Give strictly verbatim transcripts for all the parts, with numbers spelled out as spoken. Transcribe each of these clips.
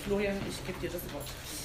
Florian, ich gebe dir das Wort.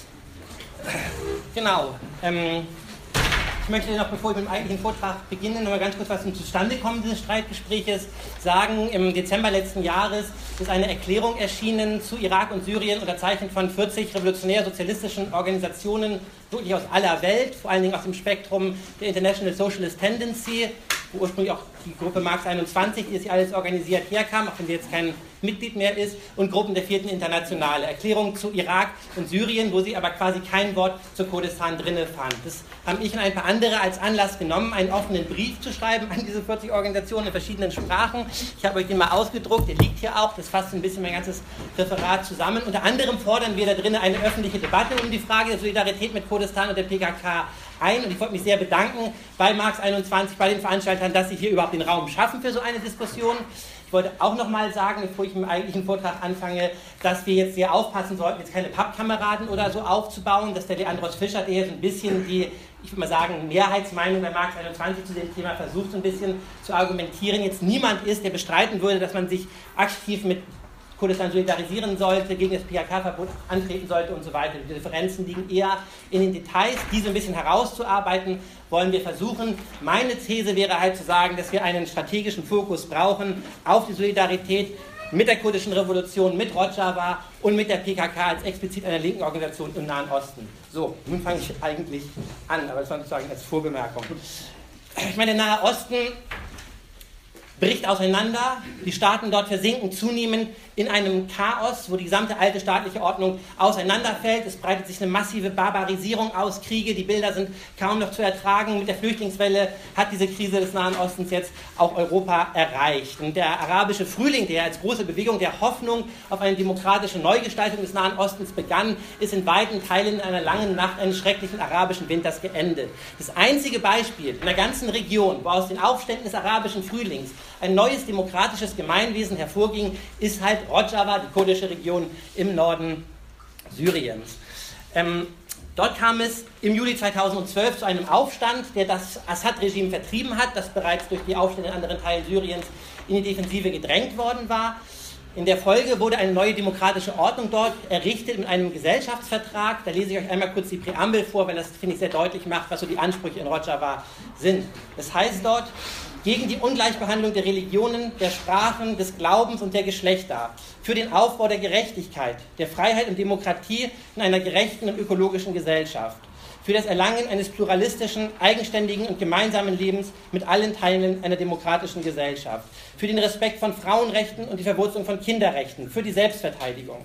Genau. Ähm, ich möchte noch, bevor ich mit dem eigentlichen Vortrag beginne, noch mal ganz kurz was zum Zustandekommen dieses Streitgespräches sagen. Im Dezember letzten Jahres ist eine Erklärung erschienen zu Irak und Syrien, unterzeichnet von vierzig revolutionär-sozialistischen Organisationen, wirklich aus aller Welt, vor allen Dingen aus dem Spektrum der International Socialist Tendency, wo ursprünglich auch die Gruppe Marx einundzwanzig, die das hier alles organisiert, herkam, auch wenn sie jetzt kein Mitglied mehr ist, und Gruppen der vierten Internationale. Erklärung zu Irak und Syrien, wo sie aber quasi kein Wort zu Kurdistan drinne fand. Das haben ich und ein paar andere als Anlass genommen, einen offenen Brief zu schreiben an diese vierzig Organisationen in verschiedenen Sprachen. Ich habe euch den mal ausgedruckt, der liegt hier auch, das fasst ein bisschen mein ganzes Referat zusammen. Unter anderem fordern wir da drinnen eine öffentliche Debatte um die Frage der Solidarität mit Kurdistan und der P K K ein, und ich wollte mich sehr bedanken bei Marx einundzwanzig, bei den Veranstaltern, dass sie hier überhaupt den Raum schaffen für so eine Diskussion. Ich wollte auch noch mal sagen, bevor ich mit dem eigentlichen Vortrag anfange, dass wir jetzt sehr aufpassen sollten, jetzt keine Pappkameraden oder so aufzubauen, dass der Leandros Fischer, der hier so ein bisschen die, ich würde mal sagen, Mehrheitsmeinung bei Marx einundzwanzig zu dem Thema versucht, so ein bisschen zu argumentieren, jetzt niemand ist, der bestreiten würde, dass man sich aktiv mit Kurdistan solidarisieren sollte, gegen das P K K-Verbot antreten sollte und so weiter. Die Differenzen liegen eher in den Details. Die so ein bisschen herauszuarbeiten, wollen wir versuchen. Meine These wäre halt zu sagen, dass wir einen strategischen Fokus brauchen auf die Solidarität mit der kurdischen Revolution, mit Rojava und mit der P K K als explizit einer linken Organisation im Nahen Osten. So, nun fange ich eigentlich an, aber das war sozusagen als Vorbemerkung. Ich meine, der Nahe Osten bricht auseinander, die Staaten dort versinken zunehmend in einem Chaos, wo die gesamte alte staatliche Ordnung auseinanderfällt. Es breitet sich eine massive Barbarisierung aus, Kriege, die Bilder sind kaum noch zu ertragen. Mit der Flüchtlingswelle hat diese Krise des Nahen Ostens jetzt auch Europa erreicht. Und der arabische Frühling, der als große Bewegung der Hoffnung auf eine demokratische Neugestaltung des Nahen Ostens begann, ist in weiten Teilen in einer langen Nacht eines schrecklichen arabischen Winters geendet. Das einzige Beispiel in der ganzen Region, wo aus den Aufständen des arabischen Frühlings ein neues demokratisches Gemeinwesen hervorging, ist halt Rojava, die kurdische Region im Norden Syriens. Ähm, dort kam es im Juli zweitausendzwölf zu einem Aufstand, der das Assad-Regime vertrieben hat, das bereits durch die Aufstände in anderen Teilen Syriens in die Defensive gedrängt worden war. In der Folge wurde eine neue demokratische Ordnung dort errichtet mit einem Gesellschaftsvertrag. Da lese ich euch einmal kurz die Präambel vor, weil das, finde ich, sehr deutlich macht, was so die Ansprüche in Rojava sind. Das heißt dort: gegen die Ungleichbehandlung der Religionen, der Sprachen, des Glaubens und der Geschlechter, für den Aufbau der Gerechtigkeit, der Freiheit und Demokratie in einer gerechten und ökologischen Gesellschaft, für das Erlangen eines pluralistischen, eigenständigen und gemeinsamen Lebens mit allen Teilen einer demokratischen Gesellschaft, für den Respekt von Frauenrechten und die Verwurzelung von Kinderrechten, für die Selbstverteidigung.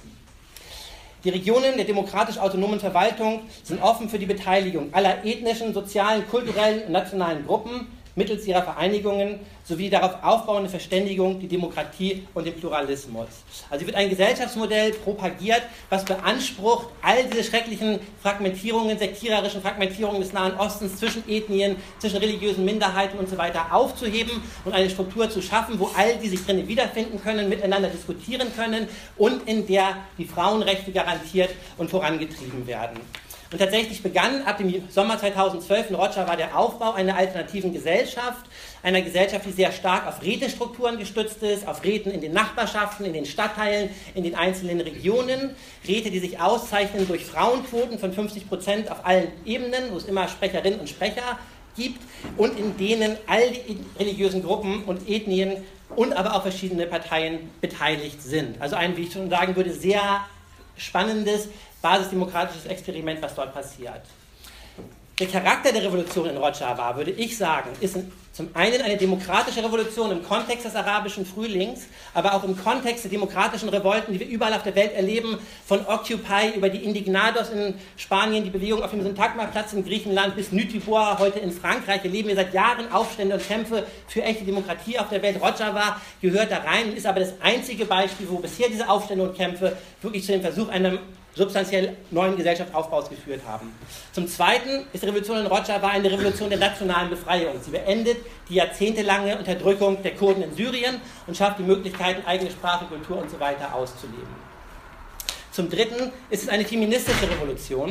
Die Regionen der demokratisch-autonomen Verwaltung sind offen für die Beteiligung aller ethnischen, sozialen, kulturellen und nationalen Gruppen mittels ihrer Vereinigungen sowie darauf aufbauende Verständigung, die Demokratie und den Pluralismus. Also wird ein Gesellschaftsmodell propagiert, was beansprucht, all diese schrecklichen Fragmentierungen, sektiererischen Fragmentierungen des Nahen Ostens zwischen Ethnien, zwischen religiösen Minderheiten und so weiter aufzuheben und eine Struktur zu schaffen, wo all die sich drinnen wiederfinden können, miteinander diskutieren können und in der die Frauenrechte garantiert und vorangetrieben werden. Und tatsächlich begann ab dem Sommer zweitausendzwölf in Rojava der Aufbau einer alternativen Gesellschaft, einer Gesellschaft, die sehr stark auf Rätestrukturen gestützt ist, auf Räten in den Nachbarschaften, in den Stadtteilen, in den einzelnen Regionen. Räte, die sich auszeichnen durch Frauenquoten von fünfzig Prozent auf allen Ebenen, wo es immer Sprecherinnen und Sprecher gibt und in denen all die religiösen Gruppen und Ethnien und aber auch verschiedene Parteien beteiligt sind. Also ein, wie ich schon sagen würde, sehr spannendes basisdemokratisches Experiment, was dort passiert. Der Charakter der Revolution in Rojava, würde ich sagen, ist zum einen eine demokratische Revolution im Kontext des arabischen Frühlings, aber auch im Kontext der demokratischen Revolten, die wir überall auf der Welt erleben, von Occupy über die Indignados in Spanien, die Bewegung auf dem Syntagma-Platz in Griechenland bis Nütibor heute in Frankreich. Wir erleben hier seit Jahren Aufstände und Kämpfe für echte Demokratie auf der Welt. Rojava gehört da rein, ist aber das einzige Beispiel, wo bisher diese Aufstände und Kämpfe wirklich zu dem Versuch einer substanziell neuen Gesellschaftsaufbaus geführt haben. Zum Zweiten ist die Revolution in Rojava eine Revolution der nationalen Befreiung. Sie beendet die jahrzehntelange Unterdrückung der Kurden in Syrien und schafft die Möglichkeiten, eigene Sprache, Kultur und so weiter auszuleben. Zum Dritten ist es eine feministische Revolution,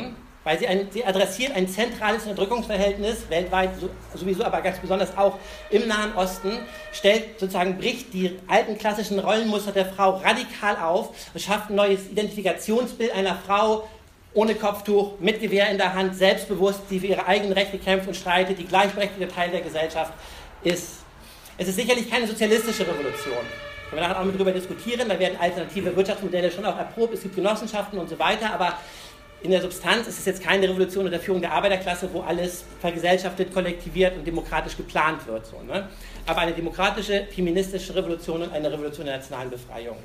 weil sie, ein, sie adressiert ein zentrales Unterdrückungsverhältnis, weltweit sowieso, aber ganz besonders auch im Nahen Osten, stellt sozusagen, bricht die alten klassischen Rollenmuster der Frau radikal auf und schafft ein neues Identifikationsbild einer Frau ohne Kopftuch, mit Gewehr in der Hand, selbstbewusst, die für ihre eigenen Rechte kämpft und streitet, die gleichberechtigte Teil der Gesellschaft ist. Es ist sicherlich keine sozialistische Revolution. Wenn wir nachher auch mit darüber diskutieren, da werden alternative Wirtschaftsmodelle schon auch erprobt, es gibt Genossenschaften und so weiter, aber in der Substanz ist es jetzt keine Revolution unter Führung der Arbeiterklasse, wo alles vergesellschaftet, kollektiviert und demokratisch geplant wird. So, ne? Aber eine demokratische, feministische Revolution und eine Revolution der nationalen Befreiung.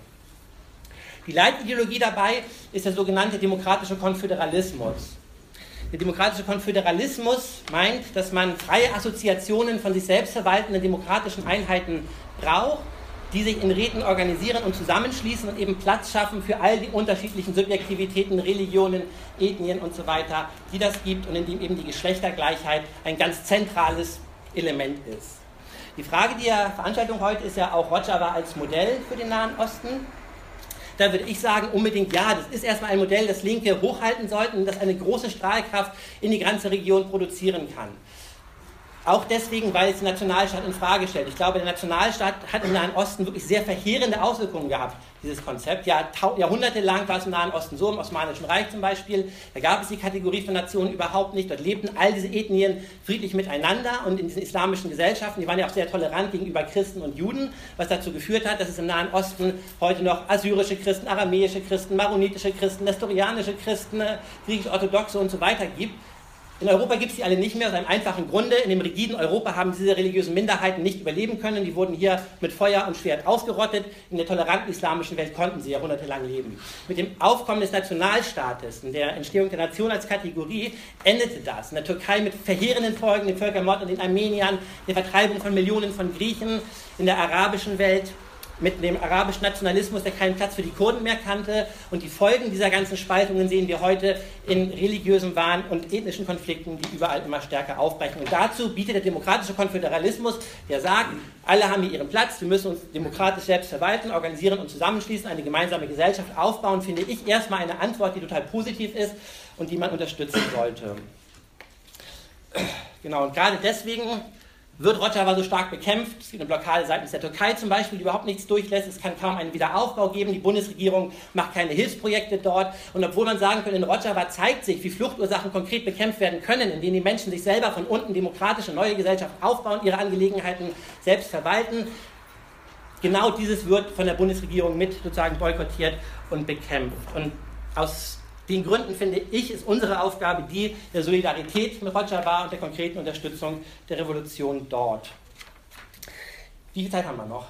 Die Leitideologie dabei ist der sogenannte demokratische Konföderalismus. Der demokratische Konföderalismus meint, dass man freie Assoziationen von sich selbst verwaltenden demokratischen Einheiten braucht, die sich in Räten organisieren und zusammenschließen und eben Platz schaffen für all die unterschiedlichen Subjektivitäten, Religionen, Ethnien und so weiter, die das gibt und in dem eben die Geschlechtergleichheit ein ganz zentrales Element ist. Die Frage der Veranstaltung heute ist ja auch Rojava als Modell für den Nahen Osten. Da würde ich sagen, unbedingt ja, das ist erstmal ein Modell, das Linke hochhalten sollten und das eine große Strahlkraft in die ganze Region produzieren kann. Auch deswegen, weil es den Nationalstaat in Frage stellt. Ich glaube, der Nationalstaat hat im Nahen Osten wirklich sehr verheerende Auswirkungen gehabt, dieses Konzept. Ja, jahrhundertelang war es im Nahen Osten so, im Osmanischen Reich zum Beispiel, da gab es die Kategorie von Nationen überhaupt nicht. Dort lebten all diese Ethnien friedlich miteinander und in diesen islamischen Gesellschaften, die waren ja auch sehr tolerant gegenüber Christen und Juden, was dazu geführt hat, dass es im Nahen Osten heute noch assyrische Christen, aramäische Christen, maronitische Christen, nestorianische Christen, griechisch-orthodoxe und so weiter gibt. In Europa gibt es die alle nicht mehr, aus einem einfachen Grunde. In dem rigiden Europa haben diese religiösen Minderheiten nicht überleben können. Die wurden hier mit Feuer und Schwert ausgerottet. In der toleranten islamischen Welt konnten sie jahrhundertelang leben. Mit dem Aufkommen des Nationalstaates und der Entstehung der Nation als Kategorie endete das. In der Türkei mit verheerenden Folgen, den Völkermord an den Armeniern, der Vertreibung von Millionen von Griechen, in der arabischen Welt mit dem arabischen Nationalismus, der keinen Platz für die Kurden mehr kannte. Und die Folgen dieser ganzen Spaltungen sehen wir heute in religiösem Wahn und ethnischen Konflikten, die überall immer stärker aufbrechen. Und dazu bietet der demokratische Konföderalismus, der sagt, alle haben hier ihren Platz, wir müssen uns demokratisch selbst verwalten, organisieren und zusammenschließen, eine gemeinsame Gesellschaft aufbauen, finde ich erstmal eine Antwort, die total positiv ist und die man unterstützen sollte. Genau, und gerade deswegen wird Rojava so stark bekämpft. Es gibt eine Blockade seitens der Türkei zum Beispiel, die überhaupt nichts durchlässt. Es kann kaum einen Wiederaufbau geben. Die Bundesregierung macht keine Hilfsprojekte dort. Und obwohl man sagen könnte, in Rojava zeigt sich, wie Fluchtursachen konkret bekämpft werden können, indem die Menschen sich selber von unten demokratische neue Gesellschaft aufbauen, ihre Angelegenheiten selbst verwalten. Genau dieses wird von der Bundesregierung mit sozusagen boykottiert und bekämpft. Und aus den Gründen, finde ich, ist unsere Aufgabe die der Solidarität mit Rojava und der konkreten Unterstützung der Revolution dort. Wie viel Zeit haben wir noch?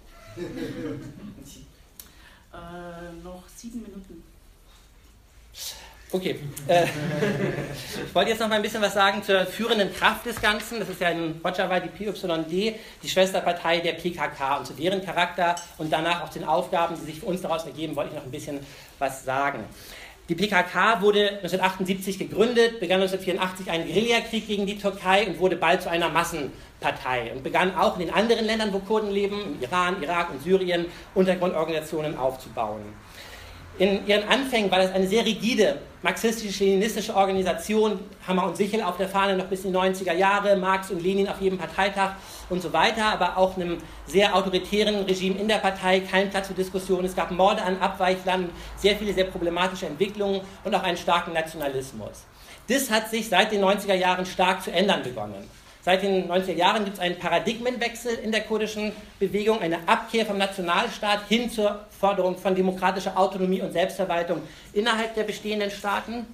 äh, noch sieben Minuten. Okay. Äh, ich wollte jetzt noch mal ein bisschen was sagen zur führenden Kraft des Ganzen. Das ist ja in Rojava die P Y D, die Schwesterpartei der P K K. Und zu deren Charakter und danach auch den Aufgaben, die sich für uns daraus ergeben, wollte ich noch ein bisschen was sagen. Die P K K wurde neunzehnhundertachtundsiebzig gegründet, begann neunzehnhundertvierundachtzig einen Guerillakrieg gegen die Türkei und wurde bald zu einer Massenpartei und begann auch in den anderen Ländern, wo Kurden leben, im Iran, Irak und Syrien, Untergrundorganisationen aufzubauen. In ihren Anfängen war das eine sehr rigide marxistisch-leninistische Organisation, Hammer und Sichel auf der Fahne noch bis in die neunziger Jahre, Marx und Lenin auf jedem Parteitag und so weiter, aber auch einem sehr autoritären Regime in der Partei, kein Platz für Diskussionen. Es gab Morde an Abweichlern, sehr viele sehr problematische Entwicklungen und auch einen starken Nationalismus. Das hat sich seit den neunziger Jahren stark zu ändern begonnen. Seit den neunziger Jahren gibt es einen Paradigmenwechsel in der kurdischen Bewegung, eine Abkehr vom Nationalstaat hin zur Forderung von demokratischer Autonomie und Selbstverwaltung innerhalb der bestehenden Staaten.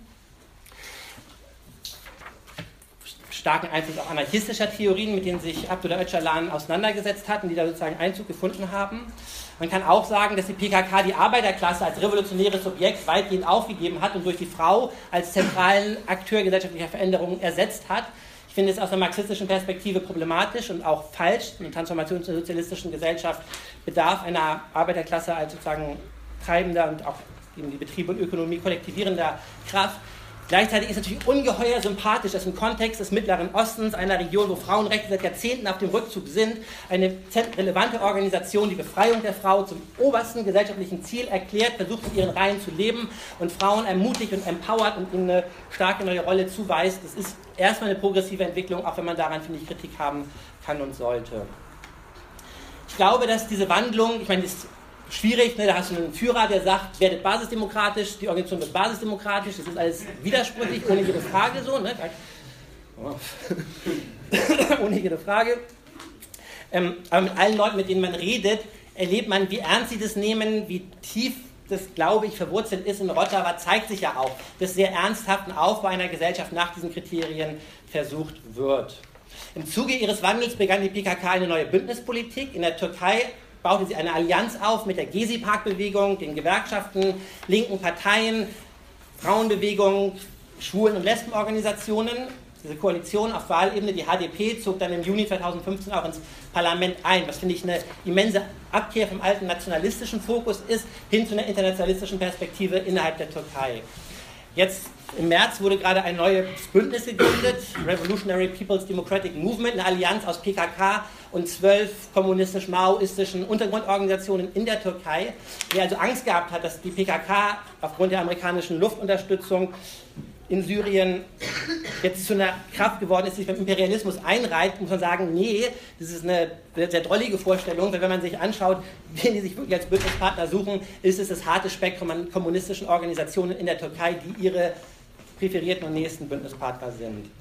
Starken Einfluss auch anarchistischer Theorien, mit denen sich Abdullah Öcalan auseinandergesetzt hat und die da sozusagen Einzug gefunden haben. Man kann auch sagen, dass die P K K die Arbeiterklasse als revolutionäres Subjekt weitgehend aufgegeben hat und durch die Frau als zentralen Akteur gesellschaftlicher Veränderungen ersetzt hat. Ich finde es aus einer marxistischen Perspektive problematisch und auch falsch. Eine Transformation zur sozialistischen Gesellschaft bedarf einer Arbeiterklasse als sozusagen treibender und auch eben die Betriebe und Ökonomie kollektivierender Kraft. Gleichzeitig ist es natürlich ungeheuer sympathisch, dass im Kontext des Mittleren Ostens, einer Region, wo Frauenrechte seit Jahrzehnten auf dem Rückzug sind, eine relevante Organisation die Befreiung der Frau zum obersten gesellschaftlichen Ziel erklärt, versucht in ihren Reihen zu leben und Frauen ermutigt und empowert und ihnen eine starke neue Rolle zuweist. Das ist erstmal eine progressive Entwicklung, auch wenn man daran, finde ich, Kritik haben kann und sollte. Ich glaube, dass diese Wandlung, ich meine, das ist schwierig, ne? Da hast du einen Führer, der sagt, werdet basisdemokratisch, die Organisation wird basisdemokratisch, das ist alles widersprüchlich, ohne jede Frage so, ne? ohne jede Frage. Ähm, aber mit allen Leuten, mit denen man redet, erlebt man, wie ernst sie das nehmen, wie tief das, glaube ich, verwurzelt ist in Rojava, zeigt sich ja auch, dass sehr ernsthaften Aufbau einer Gesellschaft nach diesen Kriterien versucht wird. Im Zuge ihres Wandels begann die P K K eine neue Bündnispolitik. In der Türkei baute sie eine Allianz auf mit der Gezi-Park-Bewegung, den Gewerkschaften, linken Parteien, Frauenbewegungen, Schwulen- und Lesbenorganisationen. Diese Koalition auf Wahlebene, die H D P, zog dann im Juni zweitausendfünfzehn auch ins Parlament ein, was, finde ich, eine immense Abkehr vom alten nationalistischen Fokus ist, hin zu einer internationalistischen Perspektive innerhalb der Türkei. Jetzt im März wurde gerade ein neues Bündnis gegründet, Revolutionary People's Democratic Movement, eine Allianz aus P K K und zwölf kommunistisch-maoistischen Untergrundorganisationen in der Türkei, die also Angst gehabt hat, dass die P K K aufgrund der amerikanischen Luftunterstützung in Syrien jetzt zu einer Kraft geworden ist, die sich beim Imperialismus einreiht, muss man sagen, nee, das ist eine sehr drollige Vorstellung, weil wenn man sich anschaut, wen die sich wirklich als Bündnispartner suchen, ist es das harte Spektrum an kommunistischen Organisationen in der Türkei, die ihre präferierten und nächsten Bündnispartner sind.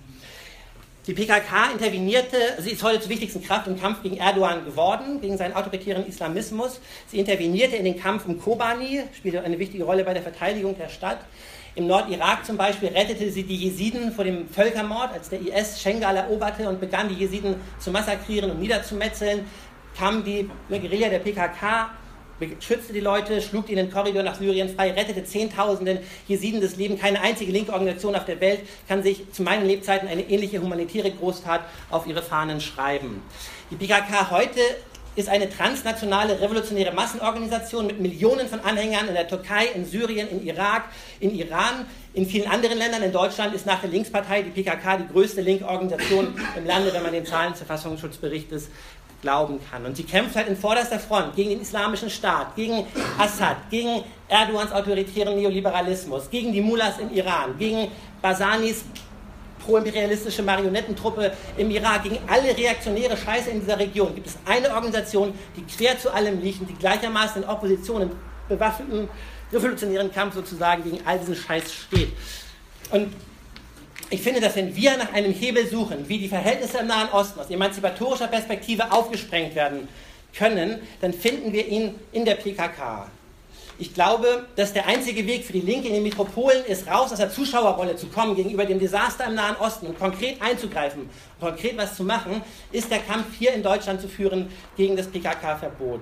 Die P K K intervenierte, sie ist heute zur wichtigsten Kraft im Kampf gegen Erdogan geworden, gegen seinen autoritären Islamismus. Sie intervenierte in den Kampf um Kobani, spielte eine wichtige Rolle bei der Verteidigung der Stadt. Im Nordirak zum Beispiel rettete sie die Jesiden vor dem Völkermord, als der I S Schengal eroberte und begann, die Jesiden zu massakrieren und niederzumetzeln, kam die Guerilla der P K K, schützte die Leute, schlug die in den Korridor nach Syrien frei, rettete Zehntausenden Jesiden das Leben. Keine einzige linke Organisation auf der Welt kann sich zu meinen Lebzeiten eine ähnliche humanitäre Großtat auf ihre Fahnen schreiben. Die P K K heute ist eine transnationale revolutionäre Massenorganisation mit Millionen von Anhängern in der Türkei, in Syrien, in Irak, in Iran, in vielen anderen Ländern. In Deutschland ist nach der Linkspartei die P K K die größte linke Organisation im Lande, wenn man den Zahlen des Verfassungsschutzberichtes glauben kann. Und sie kämpft halt in vorderster Front gegen den islamischen Staat, gegen Assad, gegen Erdogans autoritären Neoliberalismus, gegen die Mullahs im Iran, gegen Barzanis pro-imperialistische Marionettentruppe im Irak, gegen alle reaktionäre Scheiße in dieser Region gibt es eine Organisation, die quer zu allem liegt und die gleichermaßen in Opposition, im bewaffneten, revolutionären Kampf sozusagen gegen all diesen Scheiß steht. Und ich finde, dass wenn wir nach einem Hebel suchen, wie die Verhältnisse im Nahen Osten aus emanzipatorischer Perspektive aufgesprengt werden können, dann finden wir ihn in der P K K. Ich glaube, dass der einzige Weg für die Linke in den Metropolen ist, raus aus der Zuschauerrolle zu kommen gegenüber dem Desaster im Nahen Osten und konkret einzugreifen, konkret was zu machen, ist der Kampf hier in Deutschland zu führen gegen das P K K-Verbot.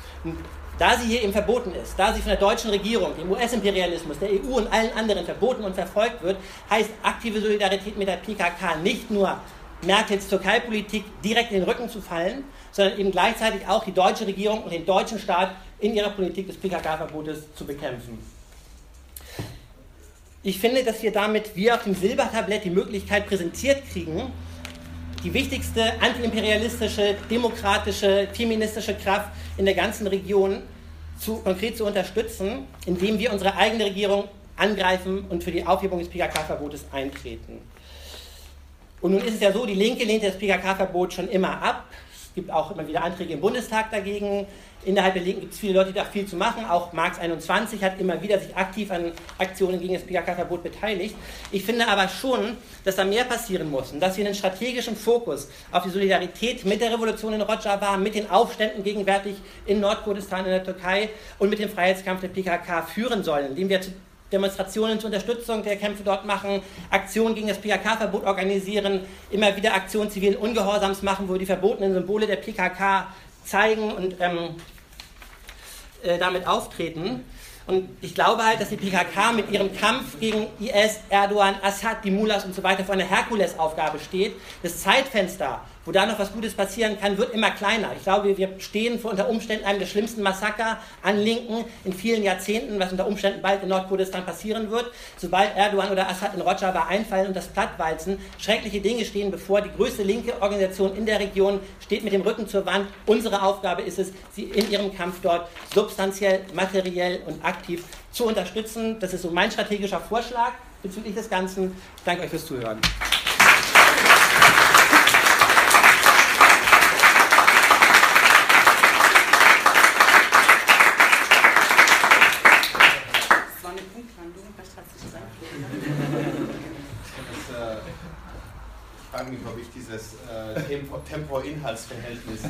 Da sie hier eben verboten ist, da sie von der deutschen Regierung, dem U S-Imperialismus, der E U und allen anderen verboten und verfolgt wird, heißt aktive Solidarität mit der P K K nicht nur Merkels Türkei-Politik direkt in den Rücken zu fallen, sondern eben gleichzeitig auch die deutsche Regierung und den deutschen Staat in ihrer Politik des P K K-Verbotes zu bekämpfen. Ich finde, dass wir damit wie auf dem Silbertablett die Möglichkeit präsentiert kriegen, die wichtigste antiimperialistische, demokratische, feministische Kraft in der ganzen Region zu, konkret zu unterstützen, indem wir unsere eigene Regierung angreifen und für die Aufhebung des P K K-Verbotes eintreten. Und nun ist es ja so, die Linke lehnte das P K K-Verbot schon immer ab. Es gibt auch immer wieder Anträge im Bundestag dagegen. Innerhalb der Linken gibt es viele Leute, die da viel zu machen. Auch Marx einundzwanzig hat immer wieder sich aktiv an Aktionen gegen das P K K-Verbot beteiligt. Ich finde aber schon, dass da mehr passieren muss und dass wir einen strategischen Fokus auf die Solidarität mit der Revolution in Rojava, mit den Aufständen gegenwärtig in Nordkurdistan, in der Türkei und mit dem Freiheitskampf der P K K führen sollen, indem wir zu Demonstrationen zur Unterstützung der Kämpfe dort machen, Aktionen gegen das P K K-Verbot organisieren, immer wieder Aktionen zivilen Ungehorsams machen, wo wir die verbotenen Symbole der P K K zeigen und ähm, äh, damit auftreten. Und ich glaube halt, dass die P K K mit ihrem Kampf gegen I S, Erdogan, Assad, die Mullahs und so weiter vor einer Herkulesaufgabe steht. Das Zeitfenster, wo da noch was Gutes passieren kann, wird immer kleiner. Ich glaube, wir stehen vor unter Umständen einem der schlimmsten Massaker an Linken in vielen Jahrzehnten, was unter Umständen bald in Nordkurdistan passieren wird. Sobald Erdogan oder Assad in Rojava einfallen und das plattwalzen, schreckliche Dinge stehen bevor. Die größte linke Organisation in der Region steht mit dem Rücken zur Wand. Unsere Aufgabe ist es, sie in ihrem Kampf dort substanziell, materiell und aktiv zu unterstützen. Das ist so mein strategischer Vorschlag bezüglich des Ganzen. Ich danke euch fürs Zuhören. Ich frage mich, ob ich dieses äh, Tempo-Inhaltsverhältnis.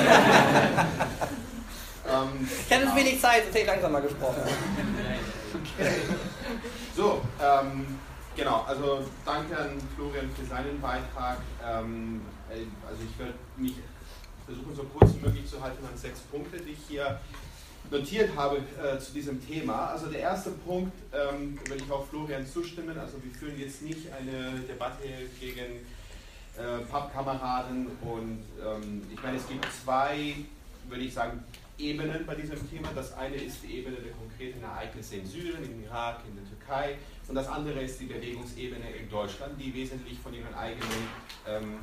ähm, ich hatte genau. wenig Zeit, sonst hätte ich langsamer gesprochen. Okay. So, ähm, genau, also danke an Florian für seinen Beitrag. Ähm, also ich werde mich versuchen, so kurz wie möglich zu halten an sechs Punkte, die ich hier notiert habe äh, zu diesem Thema. Also der erste Punkt, ähm, würde ich auch Florian zustimmen, also wir führen jetzt nicht eine Debatte gegen äh, Pappkameraden und ähm, ich meine, es gibt zwei, würde ich sagen, Ebenen bei diesem Thema. Das eine ist die Ebene der konkreten Ereignisse in Syrien, im Irak, in der Türkei und das andere ist die Bewegungsebene in Deutschland, die wesentlich von ihren eigenen ähm,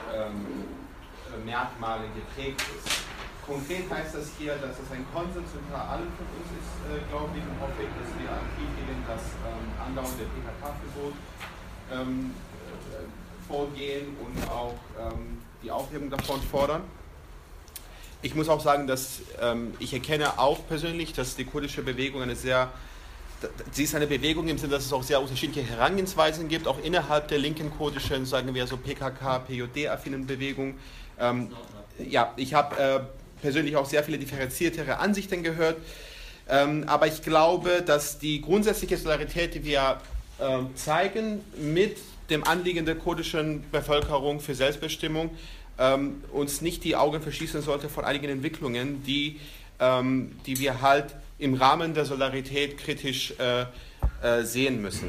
ähm, Merkmalen geprägt ist. Konkret heißt das hier, dass es ein Konsens unter allen von uns ist, äh, glaube ich, und hoffe ich, dass wir aktiv gegen das ähm, andauernde P K K-Verbot ähm, äh, vorgehen und auch ähm, die Aufhebung davon fordern. Ich muss auch sagen, dass ähm, ich erkenne auch persönlich, dass die kurdische Bewegung eine sehr, sie ist eine Bewegung im Sinne, dass es auch sehr unterschiedliche Herangehensweisen gibt, auch innerhalb der linken kurdischen, sagen wir so P K K, P J D-affinen Bewegung. Ähm, ja, ich habe äh, persönlich auch sehr viele differenziertere Ansichten gehört, ähm, aber ich glaube, dass die grundsätzliche Solidarität, die wir äh, zeigen mit dem Anliegen der kurdischen Bevölkerung für Selbstbestimmung, ähm, uns nicht die Augen verschließen sollte von einigen Entwicklungen, die, ähm, die wir halt im Rahmen der Solidarität kritisch äh, äh, sehen müssen.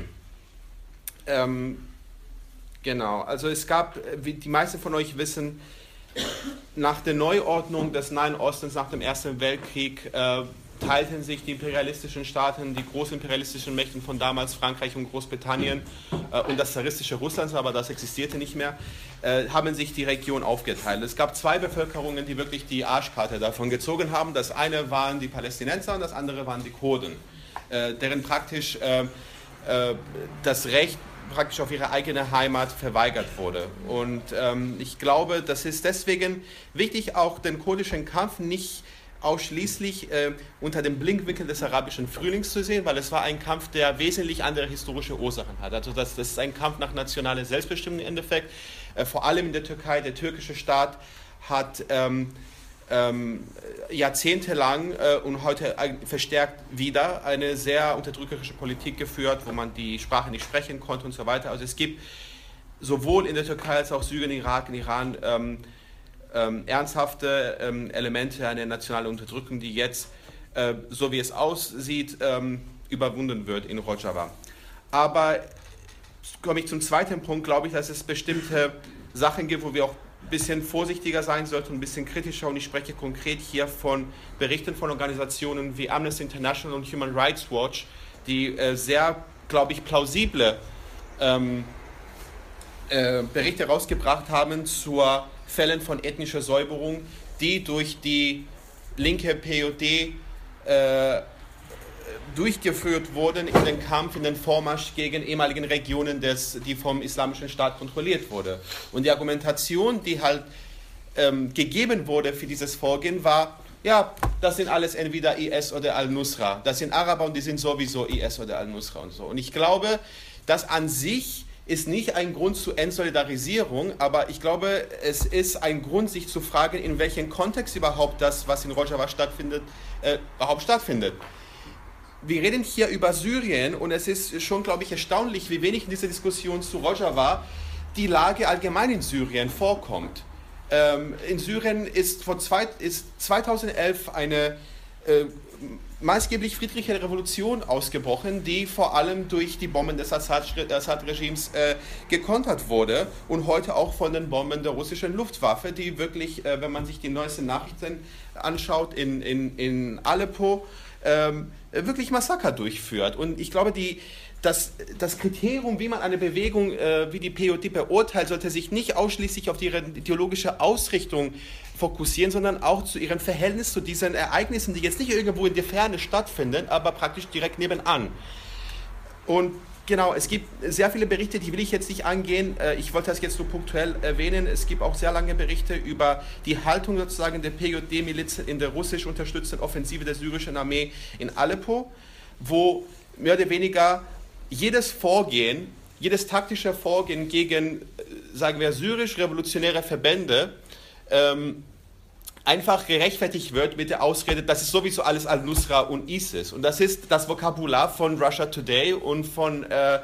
Ähm, genau, also es gab, wie die meisten von euch wissen, nach der Neuordnung des Nahen Ostens nach dem Ersten Weltkrieg äh, teilten sich die imperialistischen Staaten, die großimperialistischen Mächte von damals, Frankreich und Großbritannien äh, und das zaristische Russland, aber das existierte nicht mehr, äh, haben sich die Region aufgeteilt. Es gab zwei Bevölkerungen, die wirklich die Arschkarte davon gezogen haben. Das eine waren die Palästinenser und das andere waren die Kurden, äh, deren praktisch äh, äh, das Recht praktisch auf ihre eigene Heimat verweigert wurde. Und ähm, ich glaube, das ist deswegen wichtig, auch den kurdischen Kampf nicht ausschließlich äh, unter dem Blickwinkel des arabischen Frühlings zu sehen, weil es war ein Kampf, der wesentlich andere historische Ursachen hat. Also das, das ist ein Kampf nach nationaler Selbstbestimmung im Endeffekt, äh, vor allem in der Türkei. Der türkische Staat hat ähm, ähm, jahrzehntelang äh, und heute verstärkt wieder eine sehr unterdrückerische Politik geführt, wo man die Sprache nicht sprechen konnte und so weiter. Also es gibt sowohl in der Türkei als auch Syrien, Irak, in Iran ähm, ähm, ernsthafte ähm, Elemente einer nationalen Unterdrückung, die jetzt, äh, so wie es aussieht, ähm, überwunden wird in Rojava. Aber komme ich zum zweiten Punkt, glaube ich, dass es bestimmte Sachen gibt, wo wir auch ein bisschen vorsichtiger sein sollten, ein bisschen kritischer, und ich spreche konkret hier von Berichten von Organisationen wie Amnesty International und Human Rights Watch, die äh, sehr, glaube ich, plausible ähm, äh, Berichte rausgebracht haben zu Fällen von ethnischer Säuberung, die durch die linke P J D äh, durchgeführt wurden in den Kampf, in den Vormarsch gegen ehemaligen Regionen, des, die vom Islamischen Staat kontrolliert wurde. Und die Argumentation, die halt ähm, gegeben wurde für dieses Vorgehen, war, ja, das sind alles entweder I S oder Al-Nusra. Das sind Araber und die sind sowieso I S oder Al-Nusra und so. Und ich glaube, das an sich ist nicht ein Grund zur Entsolidarisierung, aber ich glaube, es ist ein Grund, sich zu fragen, in welchem Kontext überhaupt das, was in Rojava stattfindet, äh, überhaupt stattfindet. Wir reden hier über Syrien und es ist schon, glaube ich, erstaunlich, wie wenig in dieser Diskussion zu Rojava die Lage allgemein in Syrien vorkommt. Ähm, in Syrien ist, vor zwei, ist zweitausendelf eine äh, maßgeblich friedliche Revolution ausgebrochen, die vor allem durch die Bomben des Assad-Regimes äh, gekontert wurde und heute auch von den Bomben der russischen Luftwaffe, die wirklich, äh, wenn man sich die neuesten Nachrichten anschaut, in, in, in Aleppo ähm, wirklich Massaker durchführt. Und ich glaube, die Das, das Kriterium, wie man eine Bewegung äh, wie die P O D beurteilt, sollte sich nicht ausschließlich auf ihre ideologische Ausrichtung fokussieren, sondern auch zu ihrem Verhältnis zu diesen Ereignissen, die jetzt nicht irgendwo in der Ferne stattfinden, aber praktisch direkt nebenan. Und genau, es gibt sehr viele Berichte, die will ich jetzt nicht angehen. Ich wollte das jetzt nur punktuell erwähnen. Es gibt auch sehr lange Berichte über die Haltung sozusagen der P O D-Miliz in der russisch unterstützten Offensive der syrischen Armee in Aleppo, wo mehr oder weniger jedes Vorgehen, jedes taktische Vorgehen gegen, sagen wir, syrisch-revolutionäre Verbände ähm, einfach gerechtfertigt wird mit der Ausrede, das ist sowieso alles Al-Nusra und ISIS. Und das ist das Vokabular von Russia Today und von, äh, äh,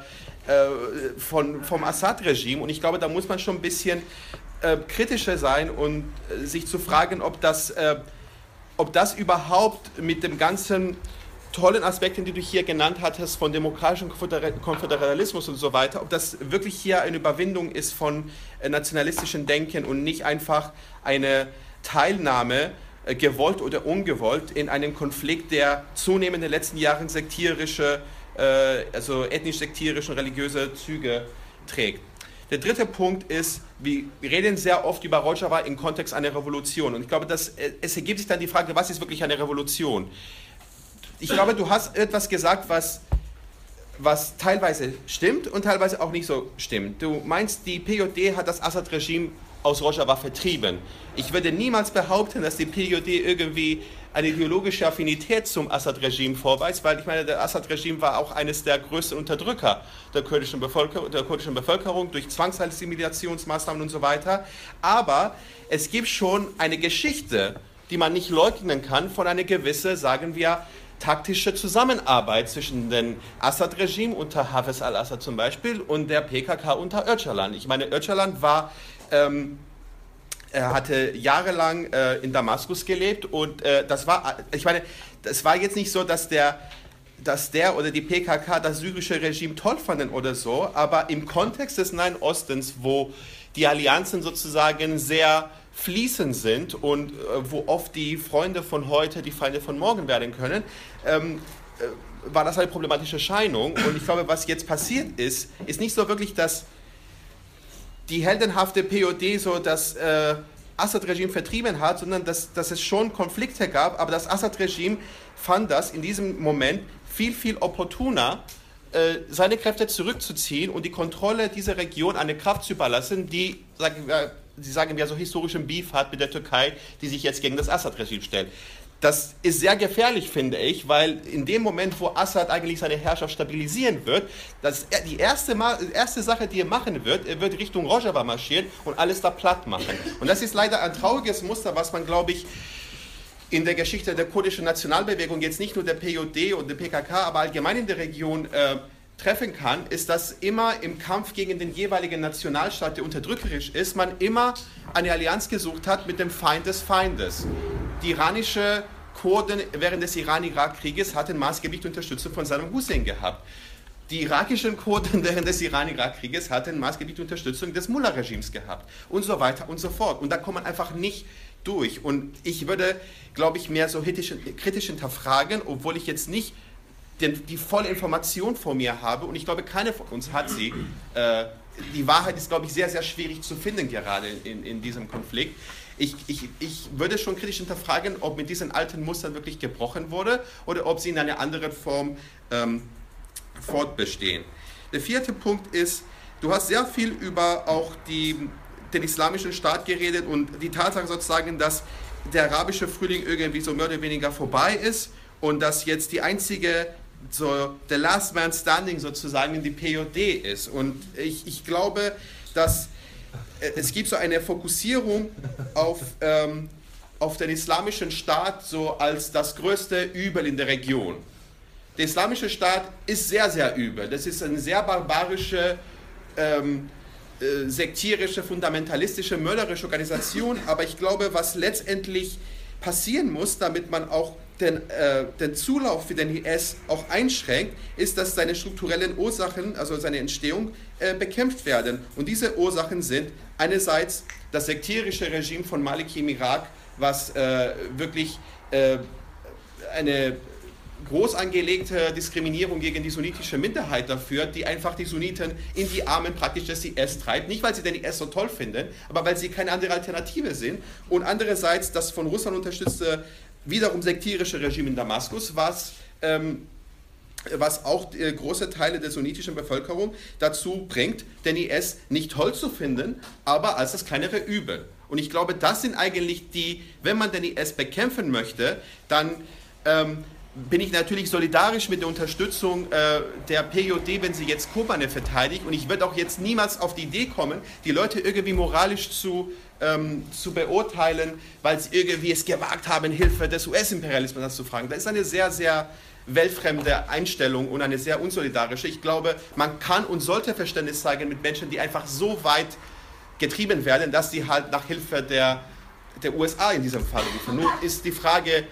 von, vom Assad-Regime. Und ich glaube, da muss man schon ein bisschen äh, kritischer sein und äh, sich zu fragen, ob das, äh, ob das überhaupt mit dem ganzen tollen Aspekten, die du hier genannt hattest, von demokratischem Konföderalismus und so weiter, ob das wirklich hier eine Überwindung ist von äh, nationalistischem Denken und nicht einfach eine Teilnahme, äh, gewollt oder ungewollt, in einem Konflikt, der zunehmend in den letzten Jahren sektierische, äh, also ethnisch-sektierische und religiöse Züge trägt. Der dritte Punkt ist, wir reden sehr oft über Rojava im Kontext einer Revolution. Und ich glaube, dass, äh, es ergibt sich dann die Frage, was ist wirklich eine Revolution? Ich glaube, du hast etwas gesagt, was, was teilweise stimmt und teilweise auch nicht so stimmt. Du meinst, die P O D hat das Assad-Regime aus Rojava vertrieben. Ich würde niemals behaupten, dass die P O D irgendwie eine ideologische Affinität zum Assad-Regime vorweist, weil ich meine, das Assad-Regime war auch eines der größten Unterdrücker der kurdischen Bevölkerung, der kurdischen Bevölkerung durch Zwangsassimilationsmaßnahmen und so weiter. Aber es gibt schon eine Geschichte, die man nicht leugnen kann, von einer gewissen, sagen wir, taktische Zusammenarbeit zwischen dem Assad-Regime unter Hafez al-Assad zum Beispiel und der P K K unter Öcalan. Ich meine, Öcalan war, ähm, er hatte jahrelang äh, in Damaskus gelebt und äh, das war, ich meine, das war jetzt nicht so, dass der, dass der oder die P K K das syrische Regime toll fanden oder so, aber im Kontext des Nahen Ostens, wo die Allianzen sozusagen sehr fließend sind und äh, wo oft die Freunde von heute die Feinde von morgen werden können, ähm, äh, war das eine problematische Erscheinung. Und ich glaube, was jetzt passiert ist, ist nicht so wirklich, dass die heldenhafte P O D so das äh, Assad-Regime vertrieben hat, sondern dass, dass es schon Konflikte gab, aber das Assad-Regime fand das in diesem Moment viel, viel opportuner, äh, seine Kräfte zurückzuziehen und die Kontrolle dieser Region eine Kraft zu überlassen, die, sagen wir, Sie sagen, wer so historischen Beef hat mit der Türkei, die sich jetzt gegen das Assad-Regime stellt. Das ist sehr gefährlich, finde ich, weil in dem Moment, wo Assad eigentlich seine Herrschaft stabilisieren wird, das die erste, Mal, erste Sache, die er machen wird, er wird Richtung Rojava marschieren und alles da platt machen. Und das ist leider ein trauriges Muster, was man, glaube ich, in der Geschichte der kurdischen Nationalbewegung, jetzt nicht nur der P O D und der P K K, aber allgemein in der Region äh, treffen kann, ist, dass immer im Kampf gegen den jeweiligen Nationalstaat, der unterdrückerisch ist, man immer eine Allianz gesucht hat mit dem Feind des Feindes. Die iranische Kurden während des Iran-Irak-Krieges hatten maßgeblich Unterstützung von Saddam Hussein gehabt. Die irakischen Kurden während des Iran-Irak-Krieges hatten maßgeblich Unterstützung des Mullah-Regimes gehabt und so weiter und so fort. Und da kommt man einfach nicht durch. Und ich würde, glaube ich, mehr so kritisch hinterfragen, obwohl ich jetzt nicht den, die volle Information vor mir habe und ich glaube, keiner von uns hat sie. Äh, die Wahrheit ist, glaube ich, sehr, sehr schwierig zu finden gerade in, in diesem Konflikt. Ich, ich, ich würde schon kritisch hinterfragen, ob mit diesen alten Mustern wirklich gebrochen wurde oder ob sie in einer anderen Form ähm, fortbestehen. Der vierte Punkt ist, du hast sehr viel über auch die, den islamischen Staat geredet und die Tatsache sozusagen, dass der arabische Frühling irgendwie so mehr oder weniger vorbei ist und dass jetzt die einzige, so der Last Man Standing sozusagen die P O D ist. Und ich, ich glaube, dass es gibt so eine Fokussierung auf, ähm, auf den islamischen Staat so als das größte Übel in der Region. Der islamische Staat ist sehr, sehr übel. Das ist eine sehr barbarische, ähm, äh, sektierische, fundamentalistische, mörderische Organisation. Aber ich glaube, was letztendlich passieren muss, damit man auch den, äh, den Zulauf für den I S auch einschränkt, ist, dass seine strukturellen Ursachen, also seine Entstehung, äh, bekämpft werden. Und diese Ursachen sind einerseits das sektierische Regime von Maliki im Irak, was äh, wirklich äh, eine groß angelegte Diskriminierung gegen die sunnitische Minderheit dafür, die einfach die Sunniten in die Armen praktisch des I S treibt. Nicht, weil sie den I S so toll finden, aber weil sie keine andere Alternative sind. Und andererseits das von Russland unterstützte wiederum sektierische Regime in Damaskus, was, ähm, was auch äh, große Teile der sunnitischen Bevölkerung dazu bringt, den I S nicht toll zu finden, aber als das kleinere Übel. Und ich glaube, das sind eigentlich die, wenn man den I S bekämpfen möchte, dann ähm, bin ich natürlich solidarisch mit der Unterstützung äh, der P J D, wenn sie jetzt Kobane verteidigt. Und ich werde auch jetzt niemals auf die Idee kommen, die Leute irgendwie moralisch zu, ähm, zu beurteilen, weil sie irgendwie es gewagt haben, Hilfe des U S-Imperialismus anzufragen. Das ist eine sehr, sehr weltfremde Einstellung und eine sehr unsolidarische. Ich glaube, man kann und sollte Verständnis zeigen mit Menschen, die einfach so weit getrieben werden, dass sie halt nach Hilfe der, der U S A in diesem Fall rufen. Nun ist die Frage,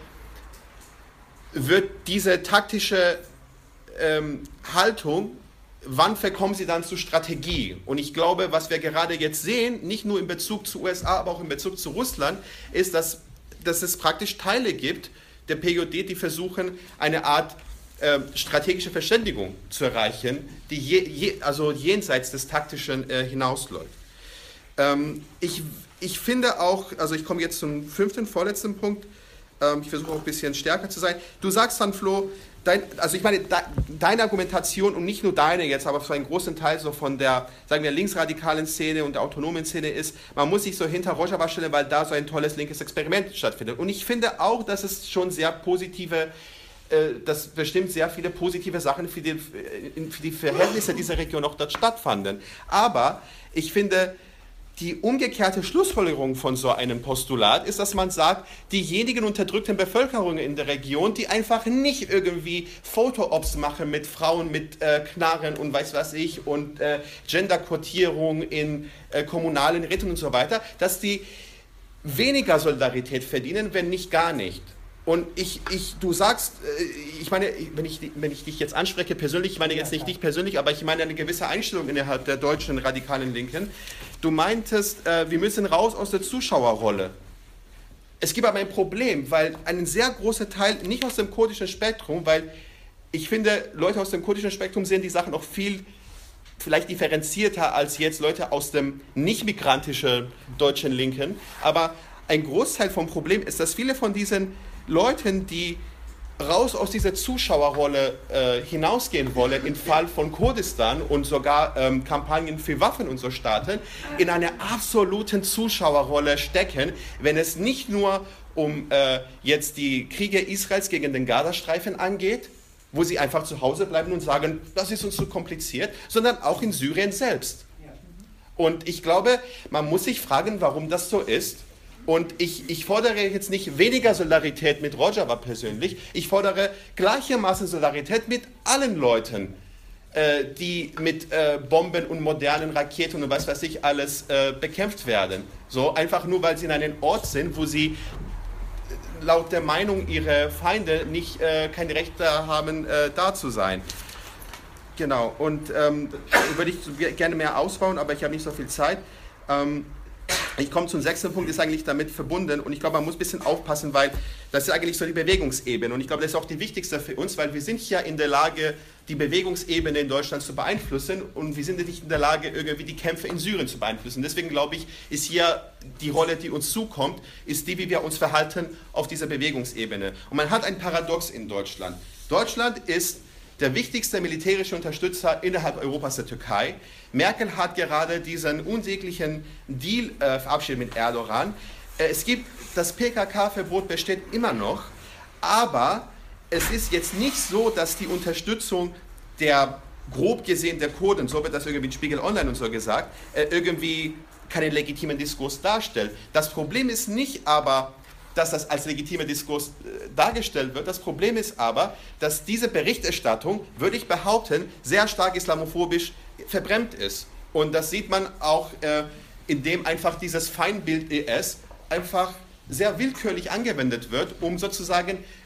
wird diese taktische ähm, Haltung, wann verkommen sie dann zur Strategie? Und ich glaube, was wir gerade jetzt sehen, nicht nur in Bezug zu U S A, aber auch in Bezug zu Russland, ist, dass, dass es praktisch Teile gibt der P J D, die versuchen, eine Art äh, strategische Verständigung zu erreichen, die je, je, also jenseits des Taktischen äh, hinausläuft. Ähm, ich, ich finde auch, also ich komme jetzt zum fünften, vorletzten Punkt, ich versuche auch ein bisschen stärker zu sein. Du sagst dann, Flo, dein, also ich meine, de, deine Argumentation und nicht nur deine jetzt, aber für einen großen Teil so von der, sagen wir, linksradikalen Szene und der autonomen Szene ist, man muss sich so hinter Rojava stellen, weil da so ein tolles linkes Experiment stattfindet. Und ich finde auch, dass es schon sehr positive, äh, dass bestimmt sehr viele positive Sachen für die, für die Verhältnisse dieser Region auch dort stattfanden. Aber ich finde, die umgekehrte Schlussfolgerung von so einem Postulat ist, dass man sagt, diejenigen unterdrückten Bevölkerungen in der Region, die einfach nicht irgendwie Foto-Ops machen mit Frauen mit äh, Knarren und weiß was ich und äh, Gender-Quotierung in äh, kommunalen Räten und so weiter, dass die weniger Solidarität verdienen, wenn nicht gar nicht. Und ich, ich, du sagst, ich meine, wenn ich, wenn ich dich jetzt anspreche persönlich, ich meine jetzt nicht dich persönlich, aber ich meine eine gewisse Einstellung innerhalb der deutschen radikalen Linken. Du meintest, wir müssen raus aus der Zuschauerrolle. Es gibt aber ein Problem, weil ein sehr großer Teil, nicht aus dem kurdischen Spektrum, weil ich finde, Leute aus dem kurdischen Spektrum sehen die Sachen auch viel vielleicht differenzierter als jetzt Leute aus dem nicht-migrantischen deutschen Linken, aber ein Großteil vom Problem ist, dass viele von diesen Leuten, die raus aus dieser Zuschauerrolle äh, hinausgehen wollen, im Fall von Kurdistan und sogar ähm, Kampagnen für Waffen und so starten, in einer absoluten Zuschauerrolle stecken, wenn es nicht nur um äh, jetzt die Kriege Israels gegen den Gazastreifen angeht, wo sie einfach zu Hause bleiben und sagen, das ist uns zu kompliziert, sondern auch in Syrien selbst. Und ich glaube, man muss sich fragen, warum das so ist. Und ich, ich fordere jetzt nicht weniger Solidarität mit Rojava persönlich, ich fordere gleichermaßen Solidarität mit allen Leuten, äh, die mit äh, Bomben und modernen Raketen und was weiß ich alles äh, bekämpft werden. So einfach nur, weil sie in einem Ort sind, wo sie laut der Meinung ihrer Feinde nicht äh, kein Recht haben, äh, da zu sein. Genau, und ähm, würde ich gerne mehr ausbauen, aber ich habe nicht so viel Zeit. Ähm, Ich komme zum sechsten Punkt, ist eigentlich damit verbunden und ich glaube, man muss ein bisschen aufpassen, weil das ist eigentlich so die Bewegungsebene und ich glaube, das ist auch die wichtigste für uns, weil wir sind ja in der Lage, die Bewegungsebene in Deutschland zu beeinflussen und wir sind nicht in der Lage, irgendwie die Kämpfe in Syrien zu beeinflussen. Deswegen glaube ich, ist hier die Rolle, die uns zukommt, ist die, wie wir uns verhalten auf dieser Bewegungsebene. Und man hat ein Paradox in Deutschland. Deutschland ist der wichtigste militärische Unterstützer innerhalb Europas der Türkei. Merkel hat gerade diesen unsäglichen Deal äh, verabschiedet mit Erdogan. Äh, es gibt, das P K K-Verbot besteht immer noch, aber es ist jetzt nicht so, dass die Unterstützung der, grob gesehen, der Kurden, so wird das irgendwie in Spiegel Online und so gesagt, äh, irgendwie keinen legitimen Diskurs darstellt. Das Problem ist nicht aber, dass das als legitimer Diskurs äh, dargestellt wird. Das Problem ist aber, dass diese Berichterstattung, würde ich behaupten, sehr stark islamophobisch verbrämt ist. Und das sieht man auch, äh, indem einfach dieses Feindbild E S einfach sehr willkürlich angewendet wird, um sozusagen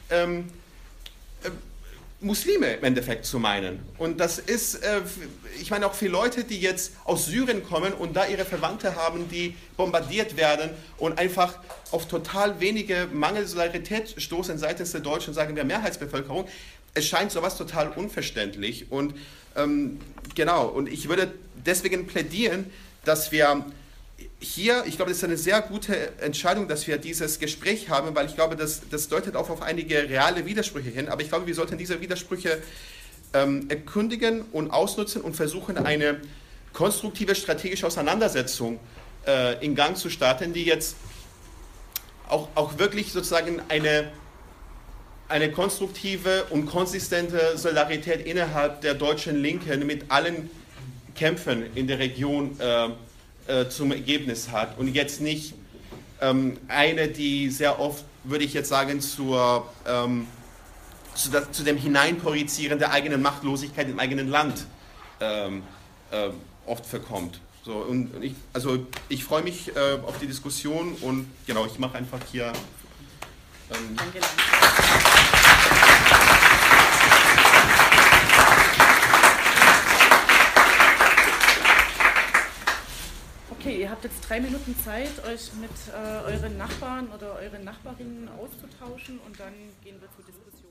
ähm, äh, Muslime im Endeffekt zu meinen. Und das ist, äh, ich meine auch für Leute, die jetzt aus Syrien kommen und da ihre Verwandte haben, die bombardiert werden und einfach auf total wenige Mangelsolidarität stoßen seitens der deutschen, sagen wir, Mehrheitsbevölkerung. Es scheint sowas total unverständlich. Und ähm, genau, und ich würde deswegen plädieren, dass wir hier, ich glaube, das ist eine sehr gute Entscheidung, dass wir dieses Gespräch haben, weil ich glaube, das, das deutet auch auf einige reale Widersprüche hin. Aber ich glaube, wir sollten diese Widersprüche ähm, erkundigen und ausnutzen und versuchen, eine konstruktive strategische Auseinandersetzung äh, in Gang zu starten, die jetzt auch, auch wirklich sozusagen eine, eine konstruktive und konsistente Solidarität innerhalb der deutschen Linken mit allen Kämpfen in der Region äh, zum Ergebnis hat und jetzt nicht ähm, eine, die sehr oft, würde ich jetzt sagen, zur, ähm, zu, das, zu dem Hineinprojizieren der eigenen Machtlosigkeit im eigenen Land ähm, äh, oft verkommt. So, und ich, also ich freue mich äh, auf die Diskussion und genau, ich mache einfach hier... Ähm, Danke. Okay, ihr habt jetzt drei Minuten Zeit, euch mit äh, euren Nachbarn oder euren Nachbarinnen auszutauschen und dann gehen wir zur Diskussion.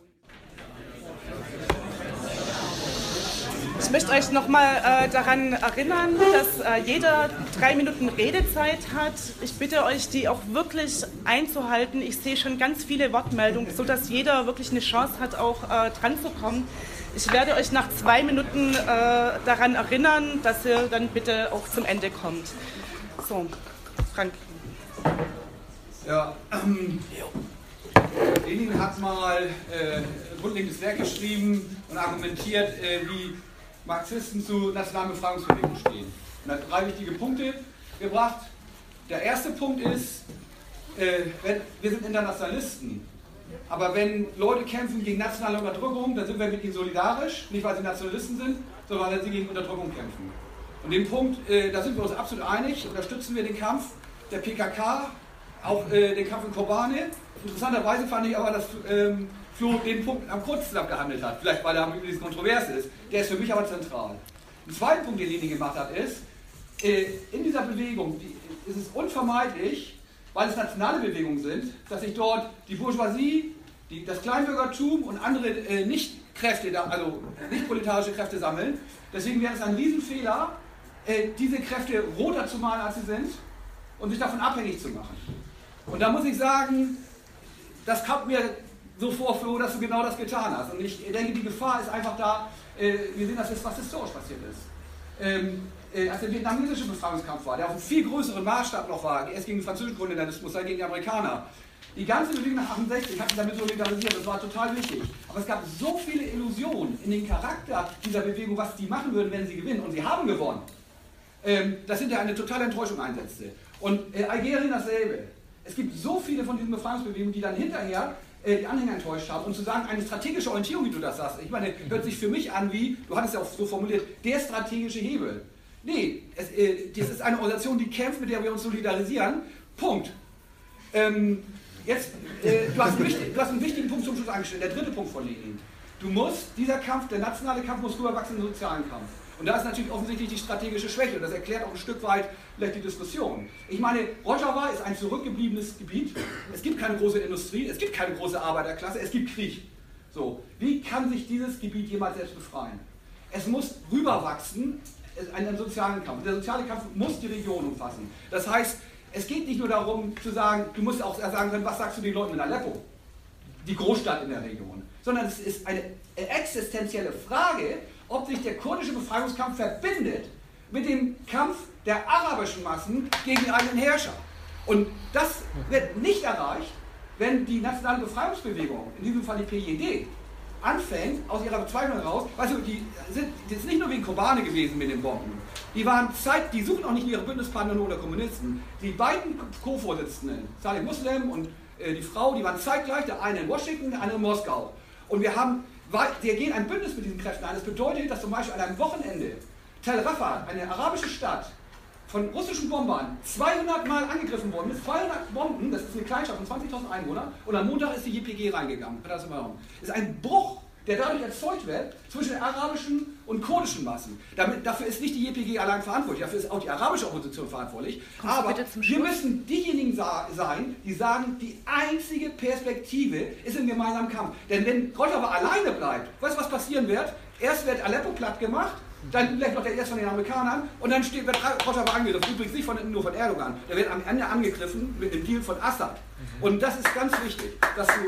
Ich möchte euch nochmal äh, daran erinnern, dass äh, jeder drei Minuten Redezeit hat. Ich bitte euch, die auch wirklich einzuhalten. Ich sehe schon ganz viele Wortmeldungen, sodass jeder wirklich eine Chance hat, auch äh, dran zu kommen. Ich werde euch nach zwei Minuten äh, daran erinnern, dass ihr dann bitte auch zum Ende kommt. So, Frank. Ja, ähm, Lenin hat mal äh, ein grundlegendes Werk geschrieben und argumentiert, äh, wie Marxisten zu nationalen Befreiungsbewegungen stehen. Und hat drei wichtige Punkte gebracht. Der erste Punkt ist, äh, wenn, wir sind Internationalisten, aber wenn Leute kämpfen gegen nationale Unterdrückung, dann sind wir mit ihnen solidarisch, nicht weil sie Nationalisten sind, sondern weil sie gegen Unterdrückung kämpfen. Und den Punkt, äh, da sind wir uns absolut einig, unterstützen wir den Kampf der P K K, auch äh, den Kampf in Kobane. Interessanterweise fand ich aber, dass ähm, Flo den Punkt am kurzen abgehandelt hat, vielleicht weil er übrigens kontrovers ist. Der ist für mich aber zentral. Ein zweiter Punkt, den Lenin gemacht hat, ist, äh, in dieser Bewegung die, ist es unvermeidlich, weil es nationale Bewegungen sind, dass sich dort die Bourgeoisie, die, das Kleinbürgertum und andere äh, Nicht-Kräfte, also nicht-proletarische Kräfte sammeln. Deswegen wäre es ein Riesenfehler, äh, diese Kräfte roter zu malen, als sie sind und sich davon abhängig zu machen. Und da muss ich sagen, das kommt mir so vor, Flo, dass du genau das getan hast. Und ich denke, die Gefahr ist einfach da, äh, wir sehen, dass das was historisch passiert ist. Ähm, äh, als der vietnamesische Befreiungskampf war, der auf einem viel größeren Maßstab noch war, erst gegen den französischen Kolonialismus, dann gegen die Amerikaner. Die ganze Bewegung nach achtundsechzig hat sich damit solidarisiert, das war total wichtig. Aber es gab so viele Illusionen in den Charakter dieser Bewegung, was die machen würden, wenn sie gewinnen. Und sie haben gewonnen. Ähm, dass hinterher eine totale Enttäuschung einsetzte. Und äh, Algerien dasselbe. Es gibt so viele von diesen Befreiungsbewegungen, die dann hinterher äh, die Anhänger enttäuscht haben. Und zu sagen, eine strategische Orientierung, wie du das sagst, ich meine, hört sich für mich an wie, du hattest ja auch so formuliert, der strategische Hebel. Nee, es, äh, das ist eine Organisation, die kämpft, mit der wir uns solidarisieren. Punkt. Ähm, jetzt, äh, du, hast wichtig, du hast einen wichtigen Punkt zum Schluss angestellt, der dritte Punkt von Lenin. Du musst, dieser Kampf, der nationale Kampf muss rüberwachsen in den sozialen Kampf. Und da ist natürlich offensichtlich die strategische Schwäche und das erklärt auch ein Stück weit vielleicht die Diskussion. Ich meine, Rojava ist ein zurückgebliebenes Gebiet, es gibt keine große Industrie, es gibt keine große Arbeiterklasse, es gibt Krieg. So, wie kann sich dieses Gebiet jemals selbst befreien? Es muss rüberwachsen in einen sozialen Kampf. Der soziale Kampf muss die Region umfassen. Das heißt, es geht nicht nur darum zu sagen, du musst auch sagen können, was sagst du den Leuten in Aleppo, die Großstadt in der Region, sondern es ist eine existenzielle Frage, ob sich der kurdische Befreiungskampf verbindet mit dem Kampf der arabischen Massen gegen die eigenen Herrscher. Und das wird nicht erreicht, wenn die nationale Befreiungsbewegung, in diesem Fall die P J D, anfängt, aus ihrer Verzweiflung heraus, weißt du, die sind, das ist nicht nur wegen Kobane gewesen mit den Bomben, die waren Zeit, die suchen auch nicht ihre Bündnispartner nur oder Kommunisten. Die beiden Co-Vorsitzenden, Saleh Muslim und äh, die Frau, die waren zeitgleich, der eine in Washington, der andere in Moskau. Und wir haben Wir gehen ein Bündnis mit diesen Kräften ein. Das bedeutet, dass zum Beispiel an einem Wochenende Tel Rafah, eine arabische Stadt, von russischen Bombern zweihundert Mal angegriffen worden, mit zweihundert Bomben, das ist eine Kleinstadt von zwanzigtausend Einwohnern, und am Montag ist die J P G reingegangen. Das ist ein Bruch, der dadurch erzeugt wird zwischen den arabischen und kurdischen Massen. Damit, dafür ist nicht die J P G allein verantwortlich, dafür ist auch die arabische Opposition verantwortlich. Kommst Aber wir müssen diejenigen sein, die sagen, die einzige Perspektive ist im gemeinsamen Kampf. Denn wenn Rojava alleine bleibt, weißt du, was passieren wird? Erst wird Aleppo platt gemacht, dann vielleicht noch der erst von den Amerikanern und dann steht, wird Rojava angegriffen. Übrigens nicht von, nur von Erdogan. Der wird am Ende angegriffen mit dem Deal von Assad. Und das ist ganz wichtig, dass du...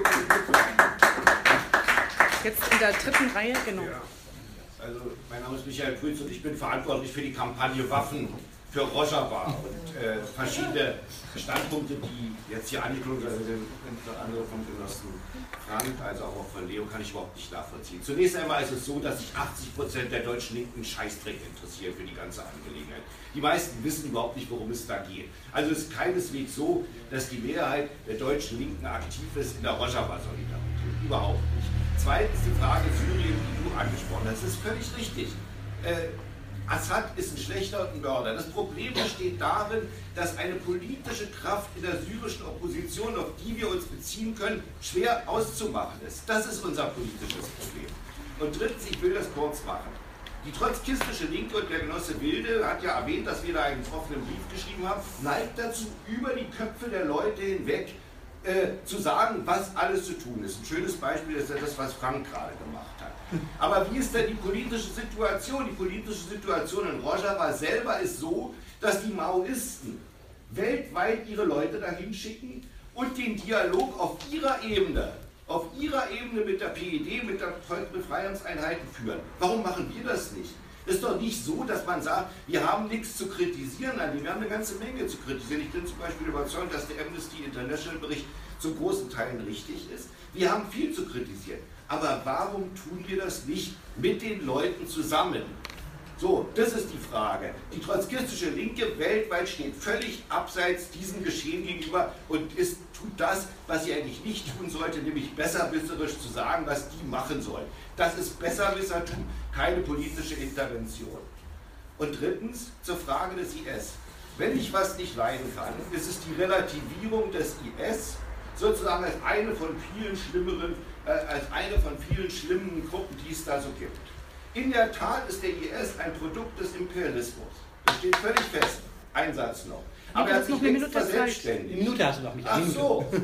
Jetzt in der dritten Reihe, genau. Ja. Also, mein Name ist Michael Pütz und ich bin verantwortlich für die Kampagne Waffen für Rojava und äh, verschiedene Standpunkte, die jetzt hier angeklungen sind, also unter anderem vom Genossen Frank, also auch von Leo, kann ich überhaupt nicht nachvollziehen. Zunächst einmal ist es so, dass sich achtzig Prozent der deutschen Linken Scheißdreck interessieren für die ganze Angelegenheit. Die meisten wissen überhaupt nicht, worum es da geht. Also es ist keineswegs so, dass die Mehrheit der deutschen Linken aktiv ist in der Rojava-Solidarität. Überhaupt nicht. Zweitens die Frage Syrien, die du angesprochen hast. Das ist völlig richtig. Äh, Assad ist ein schlechter Mörder. Das Problem besteht darin, dass eine politische Kraft in der syrischen Opposition, auf die wir uns beziehen können, schwer auszumachen ist. Das ist unser politisches Problem. Und drittens, ich will das kurz machen. Die trotzkistische Linke und der Genosse Wilde hat ja erwähnt, dass wir da einen offenen Brief geschrieben haben, neigt dazu, über die Köpfe der Leute hinweg äh, zu sagen, was alles zu tun ist. Ein schönes Beispiel ist ja das, was Frank gerade gemacht hat. Aber wie ist denn die politische Situation? Die politische Situation in Rojava selber ist so, dass die Maoisten weltweit ihre Leute dahin schicken und den Dialog auf ihrer Ebene, auf ihrer Ebene mit der P E D, mit der Volksbefreiungseinheiten führen. Warum machen wir das nicht? Es ist doch nicht so, dass man sagt, wir haben nichts zu kritisieren an dem. Wir haben eine ganze Menge zu kritisieren. Ich bin zum Beispiel überzeugt, dass der Amnesty International Bericht zu großen Teilen richtig ist. Wir haben viel zu kritisieren. Aber warum tun wir das nicht mit den Leuten zusammen? So, das ist die Frage. Die trotzkistische Linke weltweit steht völlig abseits diesem Geschehen gegenüber und ist, tut das, was sie eigentlich nicht tun sollte, nämlich besserwisserisch zu sagen, was die machen sollen. Das ist Besserwissertum, keine politische Intervention. Und drittens, zur Frage des I S. Wenn ich was nicht leiden kann, ist es die Relativierung des I S sozusagen als eine von vielen schlimmeren, äh, als eine von vielen schlimmen Gruppen, die es da so gibt. In der Tat ist der I S ein Produkt des Imperialismus. Das steht völlig fest. Ein Satz noch. Aber er hat sich längst verselbstständigt. Eine Minute hast du noch nicht. Ach so, gut.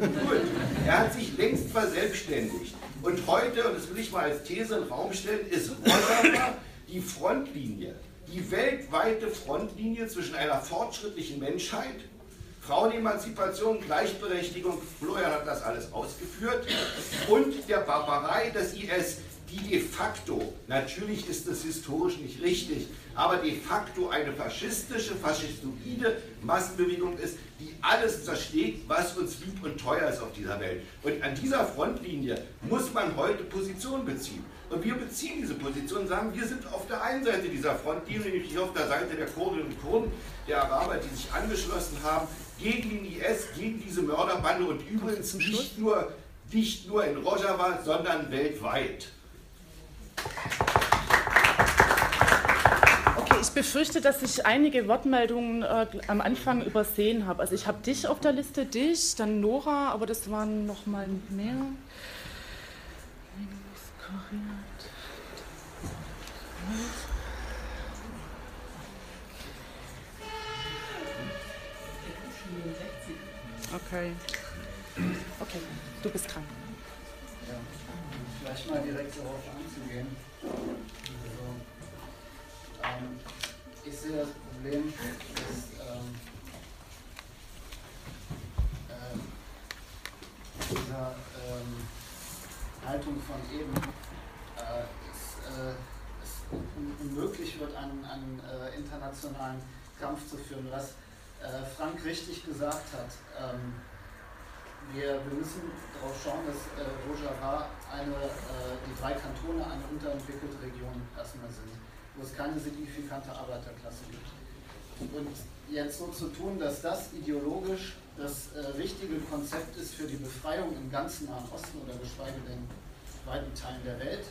Er hat sich längst verselbstständigt. Und heute, und das will ich mal als These in den Raum stellen, ist Rojava die Frontlinie, die weltweite Frontlinie zwischen einer fortschrittlichen Menschheit, Frauenemanzipation, Gleichberechtigung, Florian hat das alles ausgeführt, und der Barbarei des I S, die de facto, natürlich ist das historisch nicht richtig, aber de facto eine faschistische, faschistoide Massenbewegung ist, die alles zerschlägt, was uns lieb und teuer ist auf dieser Welt. Und an dieser Frontlinie muss man heute Position beziehen. Und wir beziehen diese Position und sagen, wir sind auf der einen Seite dieser Frontlinie, nämlich auf der Seite der Kurdinnen und Kurden, der Araber, die sich angeschlossen haben, gegen den I S, gegen diese Mörderbande und übrigens nicht nur, nicht nur in Rojava, sondern weltweit. Okay, ich befürchte, dass ich einige Wortmeldungen äh, am Anfang übersehen habe. Also ich habe dich auf der Liste, dich, dann Nora, aber das waren noch mal mehr. Okay. Okay, du bist dran. Ja, vielleicht mal direkt darauf anzugehen. Also, ähm, ich sehe das Problem, dass ähm, äh, dieser ähm, Haltung von eben äh, es, äh, es unmöglich wird, einen, einen äh, internationalen Kampf zu führen. Was äh, Frank richtig gesagt hat, ähm, Wir, wir müssen darauf schauen, dass äh, Rojava eine, äh, die drei Kantone eine unterentwickelte Region erstmal sind, wo es keine signifikante Arbeiterklasse gibt. Und jetzt so zu tun, dass das ideologisch das äh, richtige Konzept ist für die Befreiung im ganzen Nahen Osten oder geschweige denn in weiten Teilen der Welt,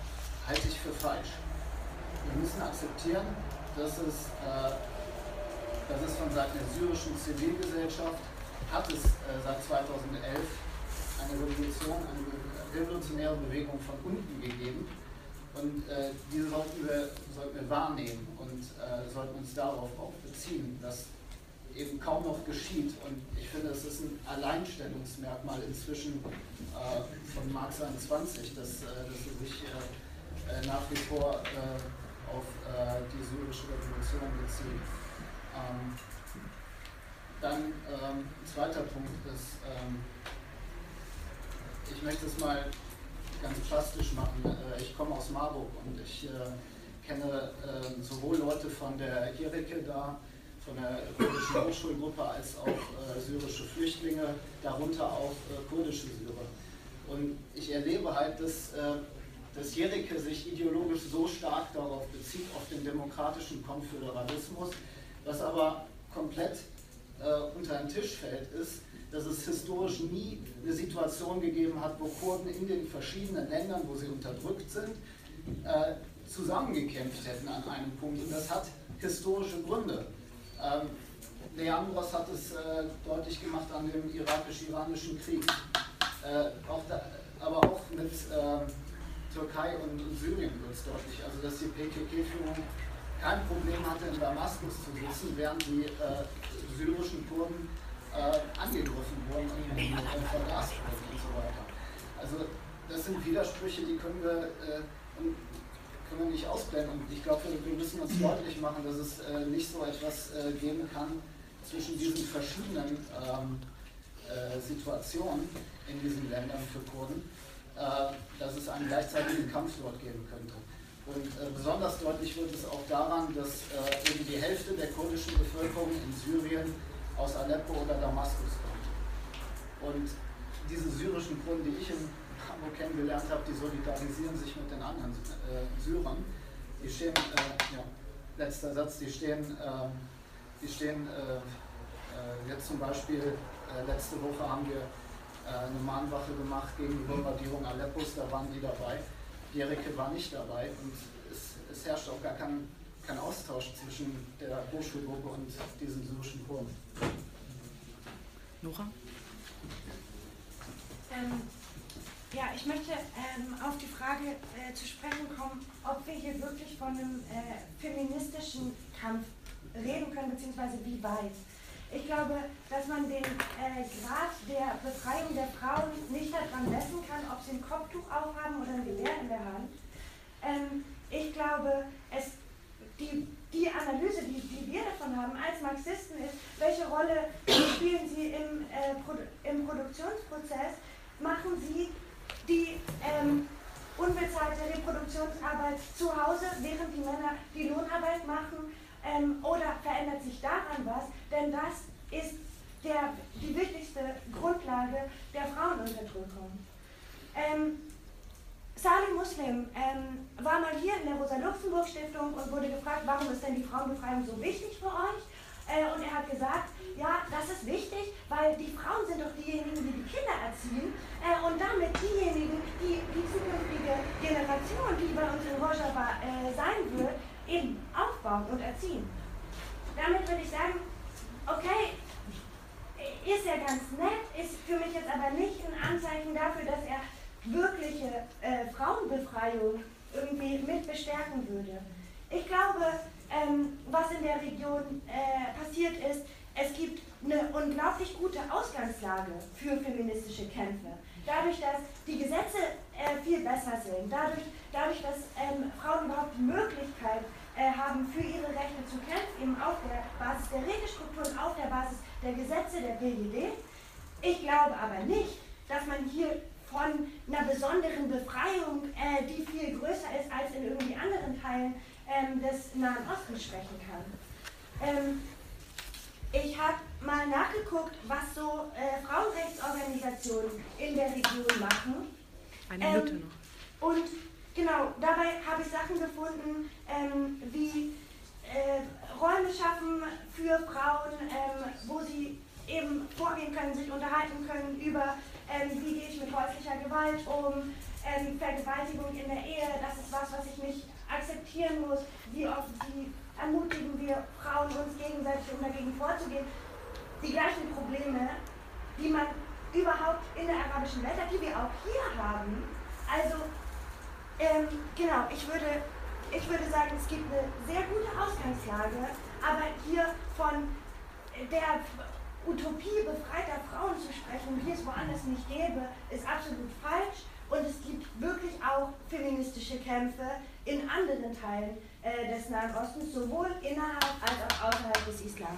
halte ich für falsch. Wir müssen akzeptieren, dass es äh, das ist von Seiten der syrischen Zivilgesellschaft, hat es äh, seit zweitausendelf eine Revolution, eine revolutionäre Bewegung von unten gegeben. Und äh, diese sollten wir, sollten wir wahrnehmen und äh, sollten uns darauf auch beziehen, dass eben kaum noch geschieht. Und ich finde, es ist ein Alleinstellungsmerkmal inzwischen äh, von Marx einundzwanzig, dass, äh, dass sie sich äh, nach wie vor äh, auf äh, die syrische Revolution beziehen. Ähm, dann ähm, ein zweiter Punkt ist, ähm, ich möchte es mal ganz plastisch machen. Äh, ich komme aus Marburg und ich äh, kenne äh, sowohl Leute von der Jerike da, von der kurdischen Hochschulgruppe, als auch äh, syrische Flüchtlinge, darunter auch äh, kurdische Syrer. Und ich erlebe halt, dass, äh, dass Jerike sich ideologisch so stark darauf bezieht, auf den demokratischen Konföderalismus, was aber komplett äh, unter den Tisch fällt, ist, dass es historisch nie eine Situation gegeben hat, wo Kurden in den verschiedenen Ländern, wo sie unterdrückt sind, äh, zusammengekämpft hätten an einem Punkt. Und das hat historische Gründe. Ähm, Leandros hat es äh, deutlich gemacht an dem irakisch-iranischen Krieg. Äh, auch da, aber auch mit äh, Türkei und, und Syrien wird es deutlich. Also dass die P K K-Führung kein Problem hatte, in Damaskus zu sitzen, während die äh, syrischen Kurden äh, angegriffen wurden und äh, vergast wurden und so weiter. Also das sind Widersprüche, die können wir, äh, können wir nicht ausblenden. Und ich glaube, wir müssen uns deutlich machen, dass es äh, nicht so etwas äh, geben kann zwischen diesen verschiedenen ähm, äh, Situationen in diesen Ländern für Kurden, äh, dass es einen gleichzeitigen Kampf dort geben könnte. Und äh, besonders deutlich wird es auch daran, dass äh, eben die Hälfte der kurdischen Bevölkerung in Syrien aus Aleppo oder Damaskus kommt. Und diese syrischen Kurden, die ich in Hamburg kennengelernt habe, die solidarisieren sich mit den anderen äh, Syrern. Die stehen, äh, ja, letzter Satz, die stehen, äh, die stehen äh, äh, jetzt zum Beispiel, äh, letzte Woche haben wir äh, eine Mahnwache gemacht gegen die Bombardierung Aleppos, da waren die dabei. Jerike war nicht dabei und es, es herrscht auch gar kein, kein Austausch zwischen der Hochschulgruppe und diesen syrischen Kurden. Nora? Ähm, ja, ich möchte ähm, auf die Frage äh, zu sprechen kommen, ob wir hier wirklich von einem äh, feministischen Kampf reden können, beziehungsweise wie weit. Ich glaube, dass man den äh, Grad der Befreiung der Frauen nicht daran messen kann, ob sie ein Kopftuch aufhaben oder ein Gewehr in der Hand. Ähm, ich glaube, es, die, die Analyse, die, die wir davon haben als Marxisten, ist, welche Rolle spielen sie im, äh, Produ im Produktionsprozess, machen sie die ähm, unbezahlte Reproduktionsarbeit zu Hause, während die Männer die Lohnarbeit machen, ähm, oder verändert sich daran was, denn das ist der, die wichtigste Grundlage der Frauenunterdrückung. Ähm, Salim Muslim ähm, war mal hier in der Rosa-Luxemburg-Stiftung und wurde gefragt, warum ist denn die Frauenbefreiung so wichtig für euch? Äh, und er hat gesagt, ja, das ist wichtig, weil die Frauen sind doch diejenigen, die die Kinder erziehen äh, und damit diejenigen, die die zukünftige Generation, die bei uns in Rojava äh, sein wird, eben aufbauen und erziehen. Damit würde ich sagen, okay, ist ja ganz nett, ist für mich jetzt aber nicht ein Anzeichen dafür, dass er wirkliche äh, Frauenbefreiung irgendwie mit bestärken würde. Ich glaube, ähm, was in der Region äh, passiert ist, es gibt eine unglaublich gute Ausgangslage für feministische Kämpfe. Dadurch, dass die Gesetze äh, viel besser sind, dadurch, dadurch dass ähm, Frauen überhaupt die Möglichkeit äh, haben, für ihre Rechte zu kämpfen, eben auf der Basis der Regelstrukturen, auf der Basis der Gesetze der P J D. Ich glaube aber nicht, dass man hier von einer besonderen Befreiung, äh, die viel größer ist als in irgendwie anderen Teilen ähm, des Nahen Ostens sprechen kann. Ähm, ich habe mal nachgeguckt, was so äh, Frauenrechtsorganisationen in der Region machen. Eine Minute ähm, noch. Und genau, dabei habe ich Sachen gefunden, ähm, wie äh, Räume schaffen für Frauen, ähm, wo sie eben vorgehen können, sich unterhalten können über, ähm, wie gehe ich mit häuslicher Gewalt um, ähm, Vergewaltigung in der Ehe, das ist was, was ich nicht akzeptieren muss, wie oft wie ermutigen wir Frauen, uns gegenseitig, um dagegen vorzugehen. Die gleichen Probleme, die man überhaupt in der arabischen Welt hat, die wir auch hier haben. Also, ähm, genau, ich würde, ich würde sagen, es gibt eine sehr gute Ausgangslage, aber hier von der Utopie befreiter Frauen zu sprechen, wie es woanders nicht gäbe, ist absolut falsch. Und es gibt wirklich auch feministische Kämpfe in anderen Teilen äh, des Nahen Ostens, sowohl innerhalb als auch außerhalb des Islam.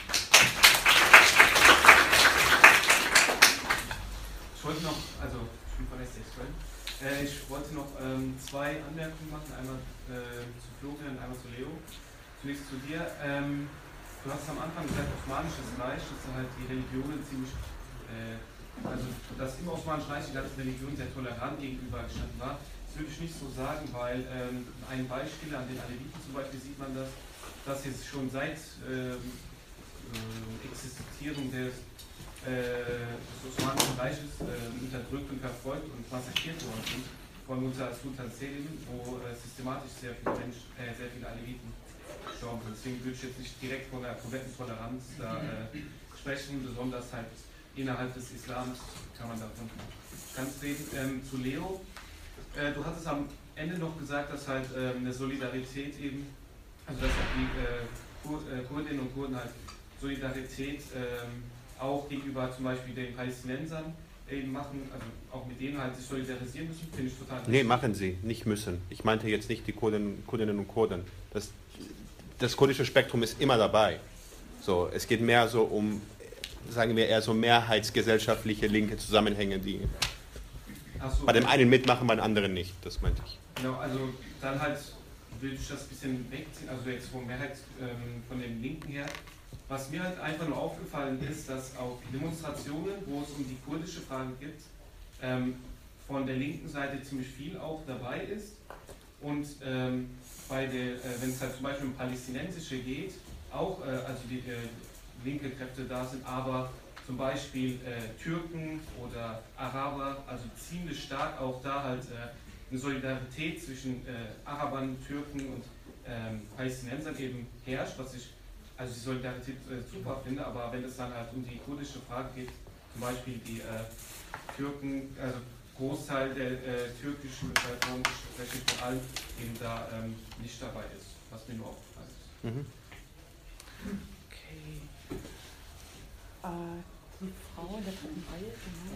Ich wollte noch, also ich bin von S D X Köln, äh, ich wollte noch ähm, zwei Anmerkungen machen, einmal äh, zu Florian und einmal zu Leo. Zunächst zu dir. Ähm, du hast am Anfang gesagt, Osmanisches Reich, dass da halt die Religionen ziemlich, äh, also dass im Osmanischen Reich die ganze Religion sehr tolerant gegenüber gestanden war. Das würde ich nicht so sagen, weil ähm, ein Beispiel an den Aleviten zum Beispiel sieht man das, dass jetzt schon seit äh, äh, Existierung des Äh, des Osmanischen Reiches äh, unterdrückt und verfolgt und massakriert worden sind von unser Sultan Selim, wo äh, systematisch sehr viele Menschen, äh, sehr viele Aleviten gestorben sind. Deswegen würde ich jetzt nicht direkt von der kompletten Toleranz da äh, sprechen, besonders halt innerhalb des Islams kann man davon ganz reden. Ähm, zu Leo, äh, du hattest am Ende noch gesagt, dass halt äh, eine Solidarität eben, also dass auch die äh, Kur äh, Kurdinnen und Kurden halt Solidarität ähm, auch gegenüber zum Beispiel den Palästinensern eben machen, also auch mit denen halt sich solidarisieren müssen, finde ich total richtig. Nee, machen sie, nicht müssen. Ich meinte jetzt nicht die Kurden, Kurdinnen und Kurden. Das, das kurdische Spektrum ist immer dabei. So, es geht mehr so um, sagen wir eher so mehrheitsgesellschaftliche linke Zusammenhänge, die so, bei dem einen mitmachen, bei dem anderen nicht. Das meinte ich. Genau, also dann halt will ich das ein bisschen wegziehen, also jetzt von Mehrheit ähm, von den Linken her. Was mir halt einfach nur aufgefallen ist, dass auf Demonstrationen, wo es um die kurdische Frage geht, ähm, von der linken Seite ziemlich viel auch dabei ist. Und ähm, bei der, äh, wenn es halt zum Beispiel um Palästinensische geht, auch äh, also die äh, linke Kräfte da sind, aber zum Beispiel äh, Türken oder Araber, also ziemlich stark auch da halt äh, eine Solidarität zwischen äh, Arabern, Türken und ähm, Palästinensern eben herrscht, was ich also die Solidarität äh, super finde, aber wenn es dann halt um die kurdische Frage geht, zum Beispiel die äh, Türken, also Großteil der äh, türkischen Bevölkerung, spreche von allen, eben da ähm, nicht dabei ist, was mir nur aufgefallen ist. Mhm. Okay. Äh, die Frau in der dritten Reihe, genau.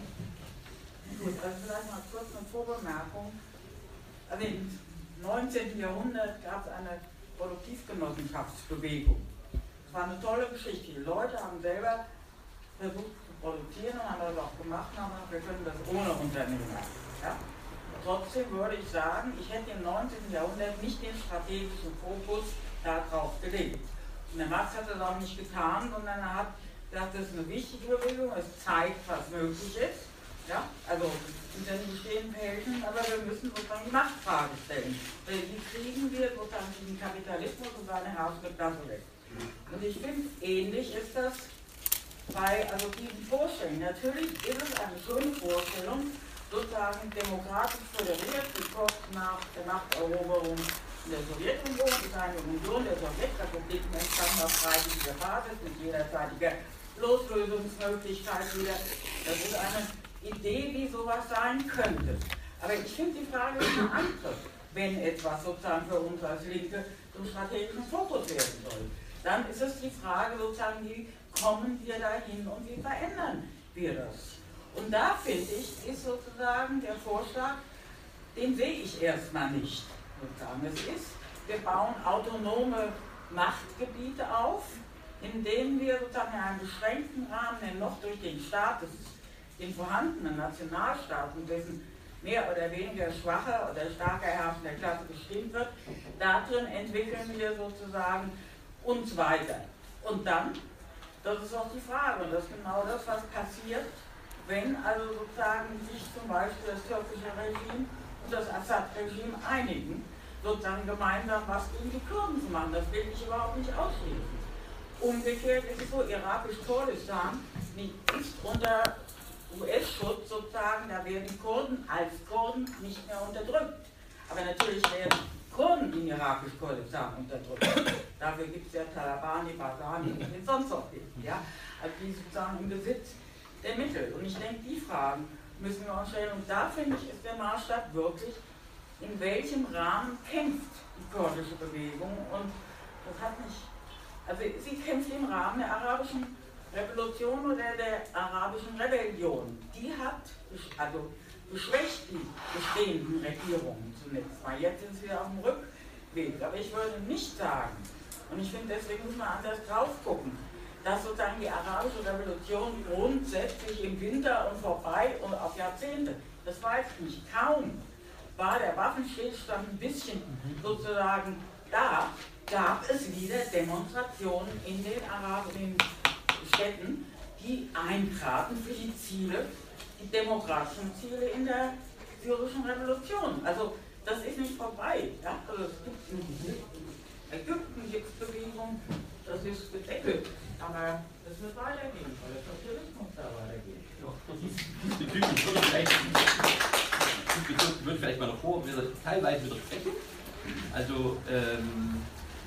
Gut, also vielleicht mal kurz eine Vorbemerkung. Also im neunzehnten Jahrhundert gab es eine Produktivgenossenschaftsbewegung. Das war eine tolle Geschichte. Die Leute haben selber versucht zu produzieren und haben das auch gemacht und haben gesagt, wir können das ohne Unternehmen. Ja? Trotzdem würde ich sagen, ich hätte im neunzehnten Jahrhundert nicht den strategischen Fokus darauf gelegt. Und der Marx hat das auch nicht getan, sondern er hat gesagt, das ist eine wichtige Bewegung, es zeigt, was möglich ist. Ja? Also unter den bestehenden Verhältnissen, aber wir müssen sozusagen die Machtfrage stellen. Wie kriegen wir sozusagen diesen Kapitalismus und seine herrschende Klasse weg? Und ich finde, ähnlich ist das bei also diesen Vorstellungen. Natürlich ist es eine schöne Vorstellung, sozusagen demokratisch föderiert, wie kurz nach der Machteroberung in der Sowjetunion, ist eine Union der Sowjetrepubliken entstanden auf freiwilliger Basis mit jederzeitiger Loslösungsmöglichkeit wieder. Das ist eine Idee, wie sowas sein könnte. Aber ich finde die Frage ist eine andere, wenn etwas sozusagen für uns als Linke zum strategischen Fokus werden soll. Dann ist es die Frage sozusagen, wie kommen wir dahin und wie verändern wir das? Und da finde ich, ist sozusagen der Vorschlag, den sehe ich erstmal nicht. Sozusagen. Es ist, wir bauen autonome Machtgebiete auf, in denen wir sozusagen in einem beschränkten Rahmen, der noch durch den Staat, des, den vorhandenen Nationalstaaten, dessen mehr oder weniger schwache oder starker herrschende Klasse bestimmt wird, darin entwickeln wir sozusagen uns weiter. Und dann, das ist auch die Frage, und das ist genau das, was passiert, wenn also sozusagen sich zum Beispiel das türkische Regime und das Assad-Regime einigen, sozusagen gemeinsam was gegen die Kurden zu machen. Das will ich überhaupt nicht ausschließen. Umgekehrt ist es so, irakisch-Kurdistan ist unter U S-Schutz sozusagen, da werden Kurden als Kurden nicht mehr unterdrückt. Aber natürlich werden Kurden in irakisch-Kurdistan unterdrücken. Dafür gibt es ja Taliban, die Basan, die es sonst noch gibt. Ja? Also die sozusagen im Besitz der Mittel. Und ich denke, die Fragen müssen wir uns stellen. Und da finde ich, ist der Maßstab wirklich, in welchem Rahmen kämpft die kurdische Bewegung. Und das hat nicht, also sie kämpft im Rahmen der arabischen Revolution oder der arabischen Rebellion. Die hat, also geschwächt die bestehenden Regierungen zunächst mal. Jetzt sind sie auf dem Rückweg. Aber ich würde nicht sagen, und ich finde, deswegen muss man anders drauf gucken, dass sozusagen die arabische Revolution grundsätzlich im Winter und vorbei und auf Jahrzehnte, das weiß ich nicht, kaum war der Waffenstillstand ein bisschen sozusagen da, gab es wieder Demonstrationen in den arabischen Städten, die eintraten für die Ziele, die demokratischen Ziele in der syrischen Revolution. Also das ist nicht vorbei. Ja? Also es gibt in Ägypten gibt es Bewegung, das ist gedeckelt. Aber es wird weitergehen, weil der Sozialismus da weitergeht. Diesbezüglich würde ich vielleicht, diesbezüglich würde ich vielleicht mal noch vor, teilweise widersprechen. Also ähm,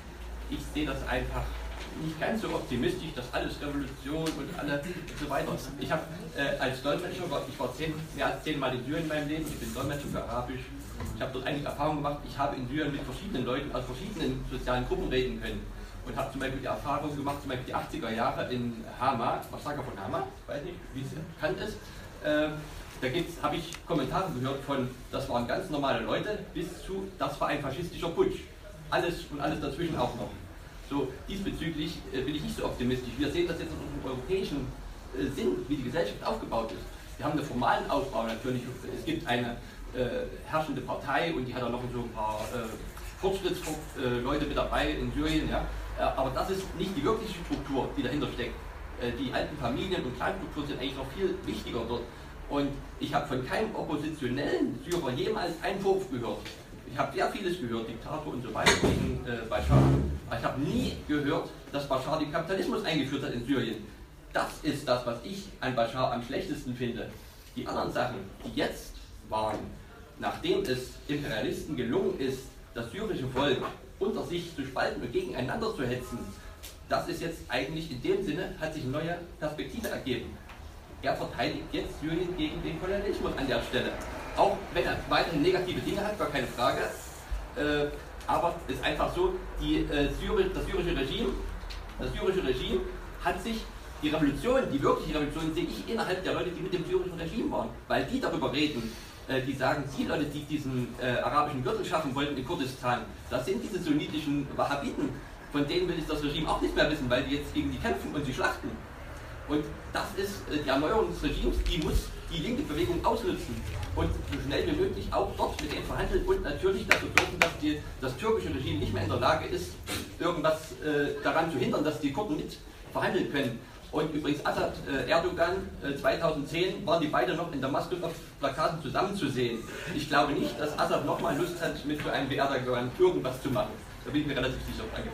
ich sehe das einfach nicht ganz so optimistisch, dass alles Revolution und alle und so weiter. Ich habe äh, als Dolmetscher, ich war zehn, mehr als zehnmal in Syrien in meinem Leben, ich bin Dolmetscher für Arabisch. Ich habe dort einige Erfahrungen gemacht. Ich habe in Syrien mit verschiedenen Leuten aus verschiedenen sozialen Gruppen reden können. Und habe zum Beispiel die Erfahrung gemacht, zum Beispiel die achtziger Jahre in Hama, was sagt er von Hama? Ich weiß nicht, wie es bekannt ist. Äh, da habe ich Kommentare gehört von, das waren ganz normale Leute, bis zu, das war ein faschistischer Putsch. Alles und alles dazwischen auch noch. So, diesbezüglich äh, bin ich nicht so optimistisch. Wir sehen das jetzt in unserem europäischen äh, Sinn, wie die Gesellschaft aufgebaut ist. Wir haben einen formalen Aufbau natürlich. Es gibt eine äh, herrschende Partei und die hat auch noch so ein paar äh, Fortschrittsleute mit dabei in Syrien. Ja. Aber das ist nicht die wirkliche Struktur, die dahinter steckt. Die alten Familien- und Kleinstrukturen sind eigentlich noch viel wichtiger dort. Und ich habe von keinem oppositionellen Syrer jemals einen Vorwurf gehört. Ich habe sehr vieles gehört, Diktator und so weiter gegen äh, Bashar. Aber ich habe nie gehört, dass Bashar den Kapitalismus eingeführt hat in Syrien. Das ist das, was ich an Bashar am schlechtesten finde. Die anderen Sachen, die jetzt waren, nachdem es Imperialisten gelungen ist, das syrische Volk unter sich zu spalten und gegeneinander zu hetzen, das ist jetzt eigentlich in dem Sinne, hat sich eine neue Perspektive ergeben. Er verteidigt jetzt Syrien gegen den Kolonialismus an der Stelle. Auch wenn er weiterhin negative Dinge hat, gar keine Frage. Äh, aber es ist einfach so, die, äh, Syri das syrische Regime, das syrische Regime hat sich, die Revolution, die wirkliche Revolution sehe ich innerhalb der Leute, die mit dem syrischen Regime waren, weil die darüber reden. Die sagen, die Leute, die diesen äh, arabischen Gürtel schaffen wollten in Kurdistan, das sind diese sunnitischen Wahhabiten. Von denen will das Regime auch nicht mehr wissen, weil die jetzt gegen die kämpfen und sie schlachten. Und das ist äh, die Erneuerung des Regimes, die muss die linke Bewegung ausnutzen. Und so schnell wie möglich auch dort mit denen verhandeln und natürlich dafür sorgen, dass die, das türkische Regime nicht mehr in der Lage ist, irgendwas äh, daran zu hindern, dass die Kurden mit verhandeln können. Und übrigens Assad, äh, Erdogan, äh, zweitausendzehn waren die beide noch in Damaskus auf Plakaten zusammenzusehen. Ich glaube nicht, dass Assad nochmal Lust hat, mit so einem Erdogan irgendwas zu machen. Da bin ich mir relativ sicher. Danke.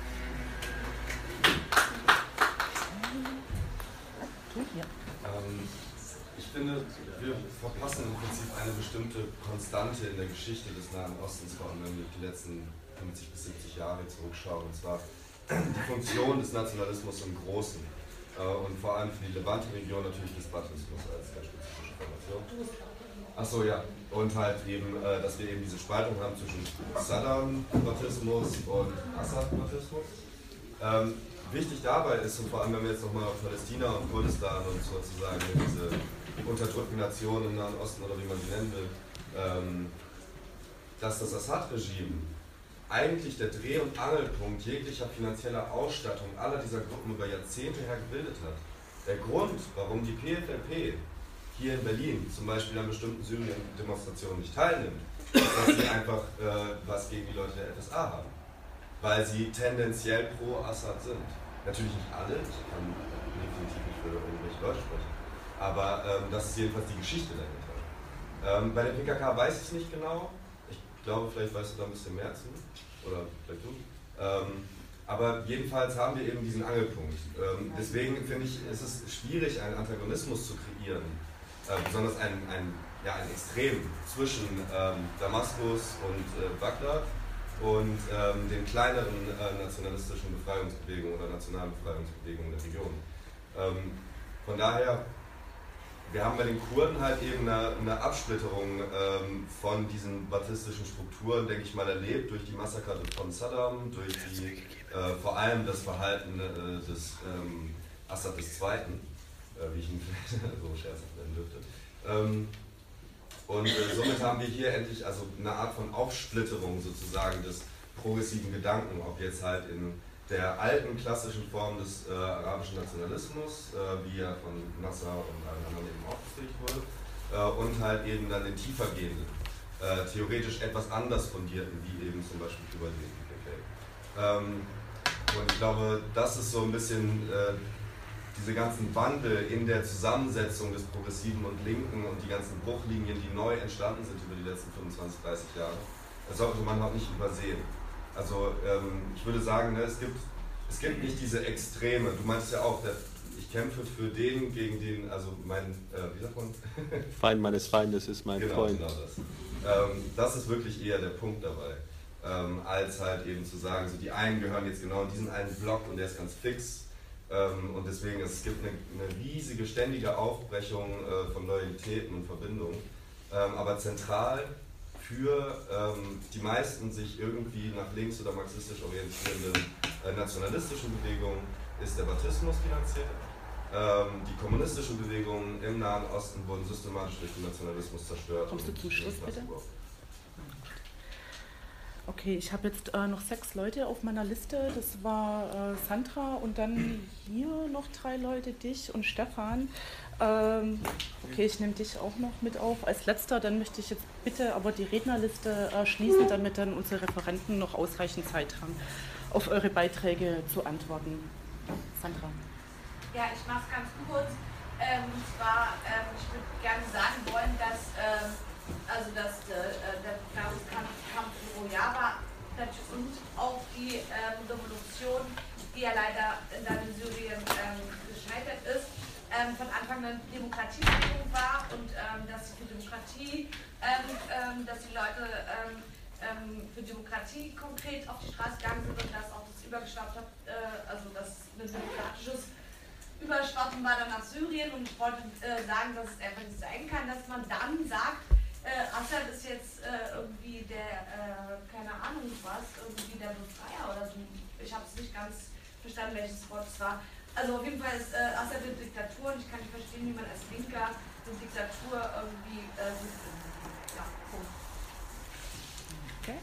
Ähm, ich finde, wir verpassen im Prinzip eine bestimmte Konstante in der Geschichte des Nahen Ostens, vor allem wenn wir die letzten fünfzig bis siebzig Jahre zurückschauen, und zwar die Funktion des Nationalismus im Großen. Und vor allem für die Levante-Region natürlich des Bathrismus als der spezifische Formation. Achso, ja. Und halt eben, dass wir eben diese Spaltung haben zwischen Saddam-Bathismus und Assad-Bathismus. Ähm, wichtig dabei ist, und vor allem wenn wir jetzt nochmal auf Palästina und Kurdistan und sozusagen diese unterdrückten Nationen im Nahen Osten oder wie man sie nennen will, ähm, dass das Assad-Regime eigentlich der Dreh- und Angelpunkt jeglicher finanzieller Ausstattung aller dieser Gruppen über Jahrzehnte her gebildet hat. Der Grund, warum die P F L P hier in Berlin zum Beispiel an bestimmten Syrien-Demonstrationen nicht teilnimmt, ist, dass sie einfach äh, was gegen die Leute der F S A haben. Weil sie tendenziell pro Assad sind. Natürlich nicht alle, ich kann definitiv nicht für irgendwelche Leute sprechen, aber ähm, das ist jedenfalls die Geschichte dahinter. Ähm, bei der P K K weiß ich es nicht genau. Ich glaube, vielleicht weißt du da ein bisschen mehr zu, oder vielleicht du. Ähm, aber jedenfalls haben wir eben diesen Angelpunkt. Ähm, deswegen finde ich, ist es schwierig, einen Antagonismus zu kreieren, äh, besonders ein, ein, ja, ein Extrem zwischen ähm, Damaskus und äh, Bagdad, und ähm, den kleineren äh, nationalistischen Befreiungsbewegungen oder nationalen Befreiungsbewegungen der Region. Ähm, von daher, wir haben bei den Kurden halt eben eine, eine Absplitterung ähm, von diesen baathistischen Strukturen, denke ich mal, erlebt durch die Massaker von Saddam, durch die, äh, vor allem das Verhalten äh, des ähm, Assad des Zweiten, äh, wie ich ihn vielleicht so scherzhaft nennen dürfte. Ähm, und äh, somit haben wir hier endlich also eine Art von Aufsplitterung sozusagen des progressiven Gedanken, ob jetzt halt in der alten klassischen Form des äh, arabischen Nationalismus, äh, wie er von Nasser und allen anderen eben aufgeführt wurde, äh, und halt eben dann den tiefergehenden, äh, theoretisch etwas anders fundierten, wie eben zum Beispiel über den P K K. Ähm, und ich glaube, das ist so ein bisschen äh, diese ganzen Wandel in der Zusammensetzung des Progressiven und Linken und die ganzen Bruchlinien, die neu entstanden sind über die letzten fünfundzwanzig, dreißig Jahre, das sollte man auch nicht übersehen. Also ähm, ich würde sagen, ne, es, gibt, es gibt nicht diese Extreme. Du meinst ja auch, der, ich kämpfe für den, gegen den, also mein, äh, wie sagt man? Feind meines Feindes ist mein genau, Freund. Genau das. Ähm, das ist wirklich eher der Punkt dabei, ähm, als halt eben zu sagen, so die einen gehören jetzt genau in diesen einen Block und der ist ganz fix. Ähm, und deswegen, es gibt eine, eine riesige, ständige Aufbrechung äh, von Loyalitäten und Verbindungen. Ähm, aber zentral für ähm, die meisten sich irgendwie nach links oder marxistisch orientierenden äh, nationalistischen Bewegungen ist der Baathismus finanziert. Ähm, die kommunistischen Bewegungen im Nahen Osten wurden systematisch durch den Nationalismus zerstört. Kommst du zum Schluss, bitte? Okay, ich habe jetzt äh, noch sechs Leute auf meiner Liste. Das war äh, Sandra und dann hier noch drei Leute, dich und Stefan. Ähm, okay, ich nehme dich auch noch mit auf als letzter. Dann möchte ich jetzt bitte aber die Rednerliste äh, schließen, damit dann unsere Referenten noch ausreichend Zeit haben, auf eure Beiträge zu antworten. Sandra. Ja, ich mache es ganz kurz. Ähm, und zwar, ähm, ich würde gerne sagen wollen, dass, ähm, also dass äh, der Befreiungskampf in Rojava und auch die ähm, Revolution, die ja leider dann in Syrien ähm, gescheitert ist, ähm, von Anfang an Demokratiebewegung war und ähm, dass für Demokratie, ähm, ähm, dass die Leute ähm, ähm, für Demokratie konkret auf die Straße gegangen sind und dass auch das übergeschwappt hat, äh, also dass ein demokratisches Überschwappen war dann nach Syrien. Und ich wollte äh, sagen, dass es einfach nicht sein kann, dass man dann sagt, äh, Assad ist jetzt äh, irgendwie der, äh, keine Ahnung was, irgendwie der Befreier oder so. Ich habe es nicht ganz verstanden, welches Wort es war. Also auf jeden Fall ist äh, Assad eine Diktatur und ich kann nicht verstehen, wie man als Linker eine Diktatur irgendwie äh, gut findet. Ja, Punkt. Okay.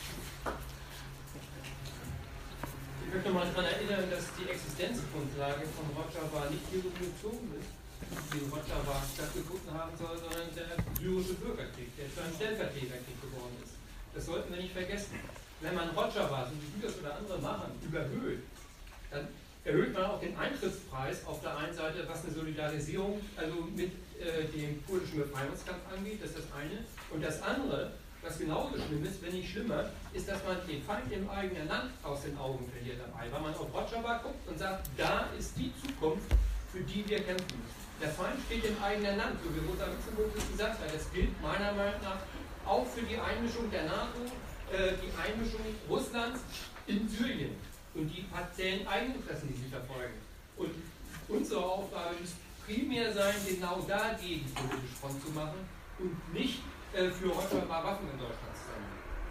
Ich möchte mal daran erinnern, dass die Existenzgrundlage von Rojava nicht die Revolution ist, die in Rojava stattgefunden haben soll, sondern der syrische Bürgerkrieg, der zu einem Stellvertreterkrieg geworden ist. Das sollten wir nicht vergessen. Wenn man Rojava, so wie das oder andere machen, überhöht, dann erhöht man auch den Eintrittspreis auf der einen Seite, was eine Solidarisierung also mit äh, dem kurdischen Befreiungskampf angeht, das ist das eine. Und das andere, was genauso schlimm ist, wenn nicht schlimmer, ist, dass man den Feind im eigenen Land aus den Augen verliert dabei. Weil man auf Rojava guckt und sagt, da ist die Zukunft, für die wir kämpfen müssen. Der Feind steht im eigenen Land, so wie Rosa Luxemburg das gesagt hat. Das gilt meiner Meinung nach auch für die Einmischung der NATO, äh, die Einmischung Russlands in Syrien und die partiellen Eigeninteressen, die sie verfolgen. Und unsere Aufgabe muss primär sein, genau dagegen politisch Front zu machen und nicht äh, für Rojava Waffen in Deutschland zu sammeln.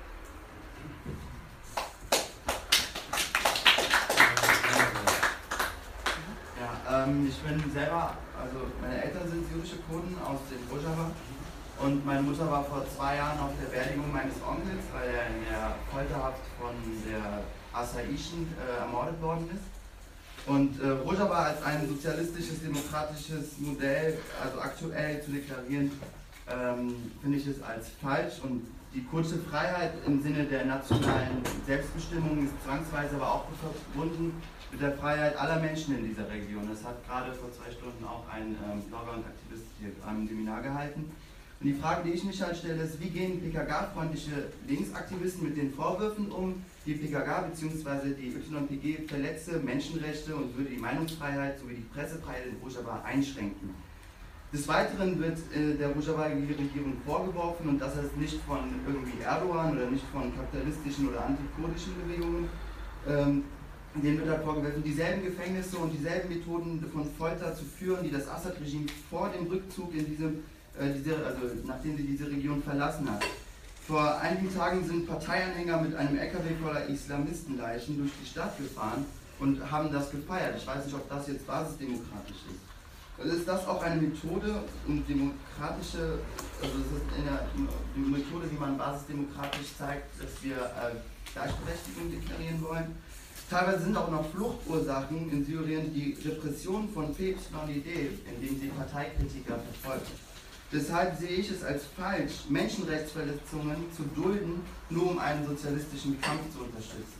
Ja, ähm, ich bin selber, also meine Eltern sind syrische Kurden aus dem Rojava und meine Mutter war vor zwei Jahren auf der Beerdigung meines Onkels, weil er in der Folterhaft von der Asaischen äh, ermordet worden ist. Und äh, Rojava als ein sozialistisches, demokratisches Modell, also aktuell zu deklarieren, ähm, finde ich es als falsch. Und die kurdische Freiheit im Sinne der nationalen Selbstbestimmung ist zwangsweise aber auch verbunden mit der Freiheit aller Menschen in dieser Region. Das hat gerade vor zwei Stunden auch ein ähm, Blogger und Aktivist hier am Seminar gehalten. Und die Frage, die ich mich halt stelle, ist, wie gehen P K K-freundliche Linksaktivisten mit den Vorwürfen um, die P K K bzw. die Y P G verletze Menschenrechte und würde die Meinungsfreiheit sowie die Pressefreiheit in Rojava einschränken? Des Weiteren wird äh, der Rojava-Regierung vorgeworfen, und das heißt nicht von irgendwie Erdogan oder nicht von kapitalistischen oder antikurdischen Bewegungen, ähm, denen wird halt vorgeworfen, dieselben Gefängnisse und dieselben Methoden von Folter zu führen, die das Assad-Regime vor dem Rückzug in diese, äh, diese, also nachdem sie diese Region verlassen hat. Vor einigen Tagen sind Parteianhänger mit einem L K W voller Islamistenleichen durch die Stadt gefahren und haben das gefeiert. Ich weiß nicht, ob das jetzt basisdemokratisch ist. Also ist das auch eine Methode, um demokratische, also ist das eine, eine Methode, wie man basisdemokratisch zeigt, dass wir äh, Gleichberechtigung deklarieren wollen? Teilweise sind auch noch Fluchtursachen in Syrien die Repression von P Y D, indem sie Parteikritiker verfolgt. Deshalb sehe ich es als falsch, Menschenrechtsverletzungen zu dulden, nur um einen sozialistischen Kampf zu unterstützen.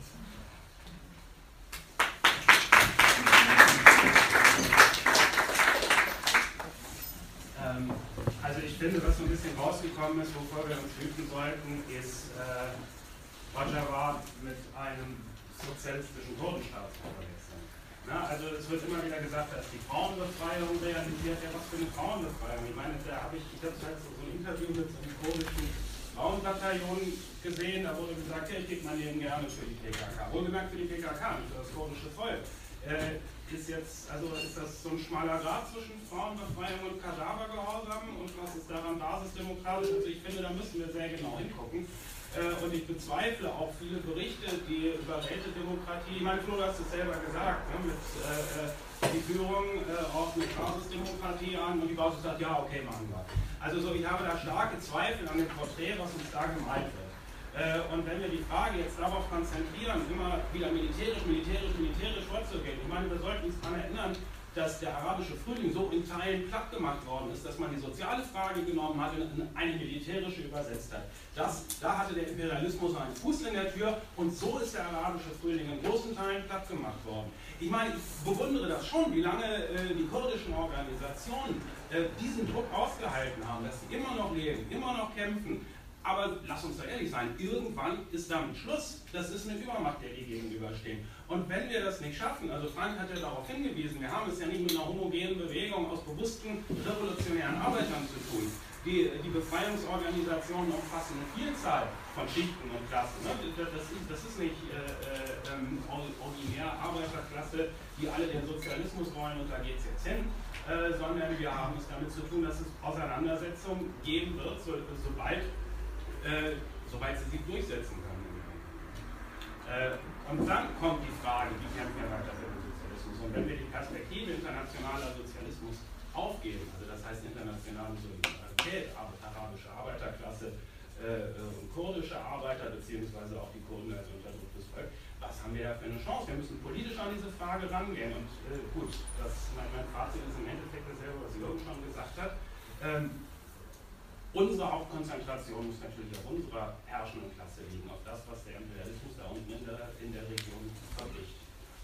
Ähm, also ich finde, was so ein bisschen rausgekommen ist, wovor wir uns hüten sollten, ist äh, Rojava mit einem sozialistischen Kurdenstaat zu verwechseln. Na, also es wird immer wieder gesagt, dass die Frauenbefreiung realisiert. Ja, was für eine Frauenbefreiung? Ich meine, da habe ich, ich habe zuletzt so ein Interview mit so einem kurdischen Frauenbataillon gesehen, da wurde gesagt, ja, ich gebe mein Leben gerne für die P K K. Wohlgemerkt für die P K K, nicht für das kurdische Volk. Äh, ist jetzt, also ist das so ein schmaler Grad zwischen Frauenbefreiung und Kadavergehorsam, und was ist daran basisdemokratisch? Also ich finde, da müssen wir sehr genau hingucken. Und ich bezweifle auch viele Berichte, die über Rätedemokratie, ich meine, Flo, du hast es selber gesagt, ne, mit äh, die Führung äh, auch mit Basisdemokratie an, und die Basis sagt, ja, okay, machen wir. Also so, ich habe da starke Zweifel an dem Porträt, was uns da gemalt wird. Äh, und wenn wir die Frage jetzt darauf konzentrieren, immer wieder militärisch, militärisch, militärisch vorzugehen, ich meine, wir sollten uns daran erinnern, dass der arabische Frühling so in Teilen platt gemacht worden ist, dass man die soziale Frage genommen hat und eine militärische übersetzt hat. Das, da hatte der Imperialismus einen Fuß in der Tür, und so ist der arabische Frühling in großen Teilen platt gemacht worden. Ich meine, ich bewundere das schon, wie lange äh, die kurdischen Organisationen äh, diesen Druck ausgehalten haben, dass sie immer noch leben, immer noch kämpfen. Aber lass uns da ehrlich sein, irgendwann ist damit Schluss. Das ist eine Übermacht, der die gegenüberstehen. Und wenn wir das nicht schaffen, also Frank hat ja darauf hingewiesen, wir haben es ja nicht mit einer homogenen Bewegung aus bewussten revolutionären Arbeitern zu tun. Die, die Befreiungsorganisationen umfassen eine Vielzahl von Schichten und Klassen. Ne? Das, ist, das ist nicht äh, äh, originär Arbeiterklasse, die alle den Sozialismus wollen, und da geht es jetzt hin, äh, sondern wir haben es damit zu tun, dass es Auseinandersetzungen geben wird, so, sobald Äh, soweit sie sich durchsetzen können. Äh, und dann kommt die Frage, wie kämpfen wir weiter für den Sozialismus? Und wenn wir die Perspektive internationaler Sozialismus aufgeben, also das heißt internationale Solidarität, arabische Arbeiterklasse äh, und kurdische Arbeiter, beziehungsweise auch die Kurden als unterdrücktes Volk, was haben wir da für eine Chance? Wir müssen politisch an diese Frage rangehen. Und äh, gut, das, mein, mein Fazit ist im Endeffekt dasselbe, was Jürgen schon gesagt hat. Ähm, Unsere Hauptkonzentration muss natürlich auf unserer herrschenden Klasse liegen, auf das, was der Imperialismus da unten in der, in der Region verbricht.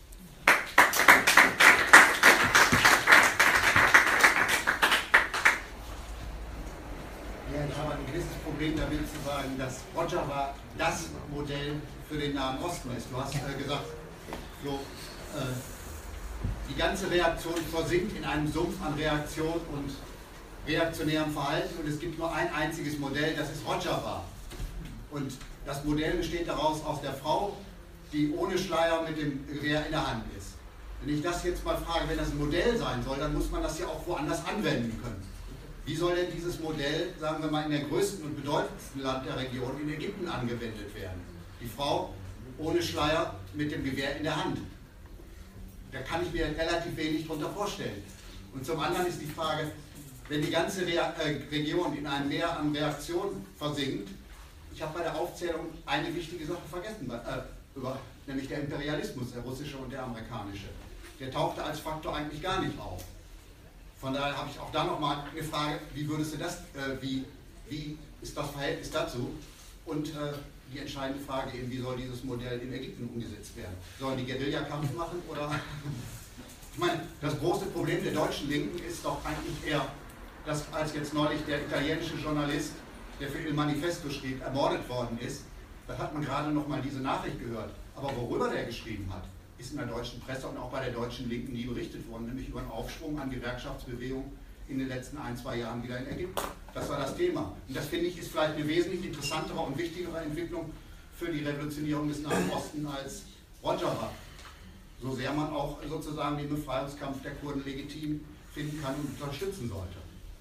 Ja, ich habe ein gewisses Problem damit zu sagen, dass Rojava das Modell für den Nahen Osten ist. Du hast äh, gesagt, so, äh, die ganze Reaktion versinkt in einem Sumpf an Reaktion und reaktionärem Verhalten, und es gibt nur ein einziges Modell, das ist Rojava. Und das Modell besteht daraus aus der Frau, die ohne Schleier mit dem Gewehr in der Hand ist. Wenn ich das jetzt mal frage, wenn das ein Modell sein soll, dann muss man das ja auch woanders anwenden können. Wie soll denn dieses Modell, sagen wir mal, in der größten und bedeutendsten Land der Region, in Ägypten, angewendet werden? Die Frau ohne Schleier mit dem Gewehr in der Hand. Da kann ich mir relativ wenig darunter vorstellen. Und zum anderen ist die Frage, wenn die ganze Re äh, Region in einem Meer an Reaktionen versinkt, ich habe bei der Aufzählung eine wichtige Sache vergessen, äh, über, nämlich der Imperialismus, der russische und der amerikanische. Der tauchte als Faktor eigentlich gar nicht auf. Von daher habe ich auch da nochmal eine Frage, wie würdest du das, äh, wie, wie ist das Verhältnis dazu? Und äh, die entscheidende Frage eben, wie soll dieses Modell in Ägypten umgesetzt werden? Sollen die Guerillakampf machen oder? Ich meine, das große Problem der deutschen Linken ist doch eigentlich eher, dass als jetzt neulich der italienische Journalist, der für Il Manifesto schrieb, ermordet worden ist, da hat man gerade noch mal diese Nachricht gehört. Aber worüber der geschrieben hat, ist in der deutschen Presse und auch bei der deutschen Linken nie berichtet worden, nämlich über einen Aufschwung an Gewerkschaftsbewegung in den letzten ein, zwei Jahren wieder in Ägypten. Das war das Thema. Und das finde ich ist vielleicht eine wesentlich interessantere und wichtigere Entwicklung für die Revolutionierung des Nahen Osten als Rojava. So sehr man auch sozusagen den Befreiungskampf der Kurden legitim finden kann und unterstützen sollte.